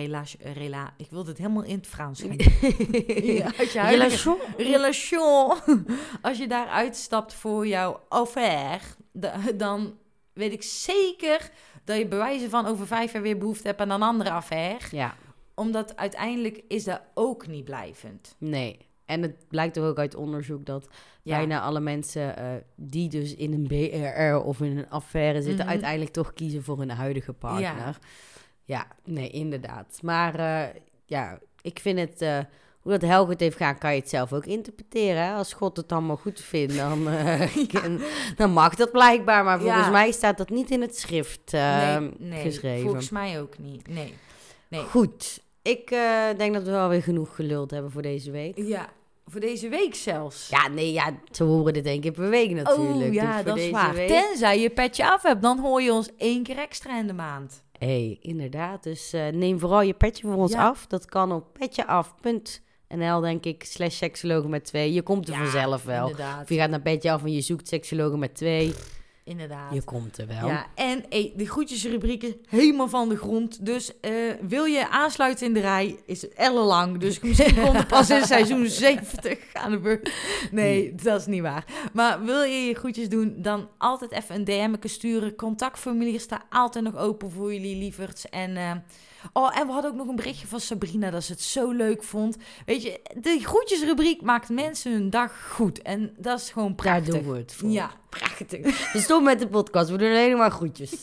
ik wilde het helemaal in het Frans gaan. Uit je huidige relation. Als je daar uitstapt voor jouw affaire, dan weet ik zeker dat je bewijzen van over 5 jaar weer behoefte hebt aan een andere affaire. Ja. omdat uiteindelijk is dat ook niet blijvend. Nee. En het blijkt toch ook uit onderzoek dat bijna alle mensen die dus in een BRR of in een affaire zitten, uiteindelijk toch kiezen voor hun huidige partner. Ja, nee, inderdaad. Maar ik vind het, hoe dat Helge het heeft gedaan, kan je het zelf ook interpreteren. Hè? Als God het allemaal goed vindt, dan mag dat blijkbaar. Maar volgens mij staat dat niet in het schrift geschreven. Volgens mij ook niet. Nee. Goed. Ik denk dat we wel weer genoeg geluld hebben voor deze week. Ja, voor deze week zelfs. Ja, ze horen dit 1 keer per week natuurlijk. Oh ja, dus dat is waar. Week... Tenzij je petje af hebt, dan hoor je ons 1 keer extra in de maand. Inderdaad. Dus neem vooral je petje voor ons af. Dat kan op petjeaf.nl, denk ik, /seksologen met 2. Je komt er vanzelf wel. Inderdaad. Of je gaat naar Petje Af en je zoekt seksologen met 2. Inderdaad. Je komt er wel. Ja, en de groetjesrubrieken helemaal van de grond. Dus wil je aansluiten in de rij, is het ellenlang. Dus misschien komt het pas in seizoen 70 aan de beurt. Nee, dat is niet waar. Maar wil je groetjes doen, dan altijd even een DM'tje sturen. Contactformulier staat altijd nog open voor jullie lieverds. En en we hadden ook nog een berichtje van Sabrina dat ze het zo leuk vond. Weet je, de groetjesrubriek maakt mensen hun dag goed. En dat is gewoon prachtig. Daar doen we het voor. Ja, prachtig. Dus stop met de podcast. We doen alleen maar groetjes.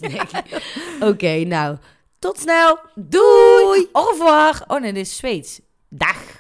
Oké, nou. Tot snel. Doei. Au revoir. Oh nee, dit is Zweeds. Dag.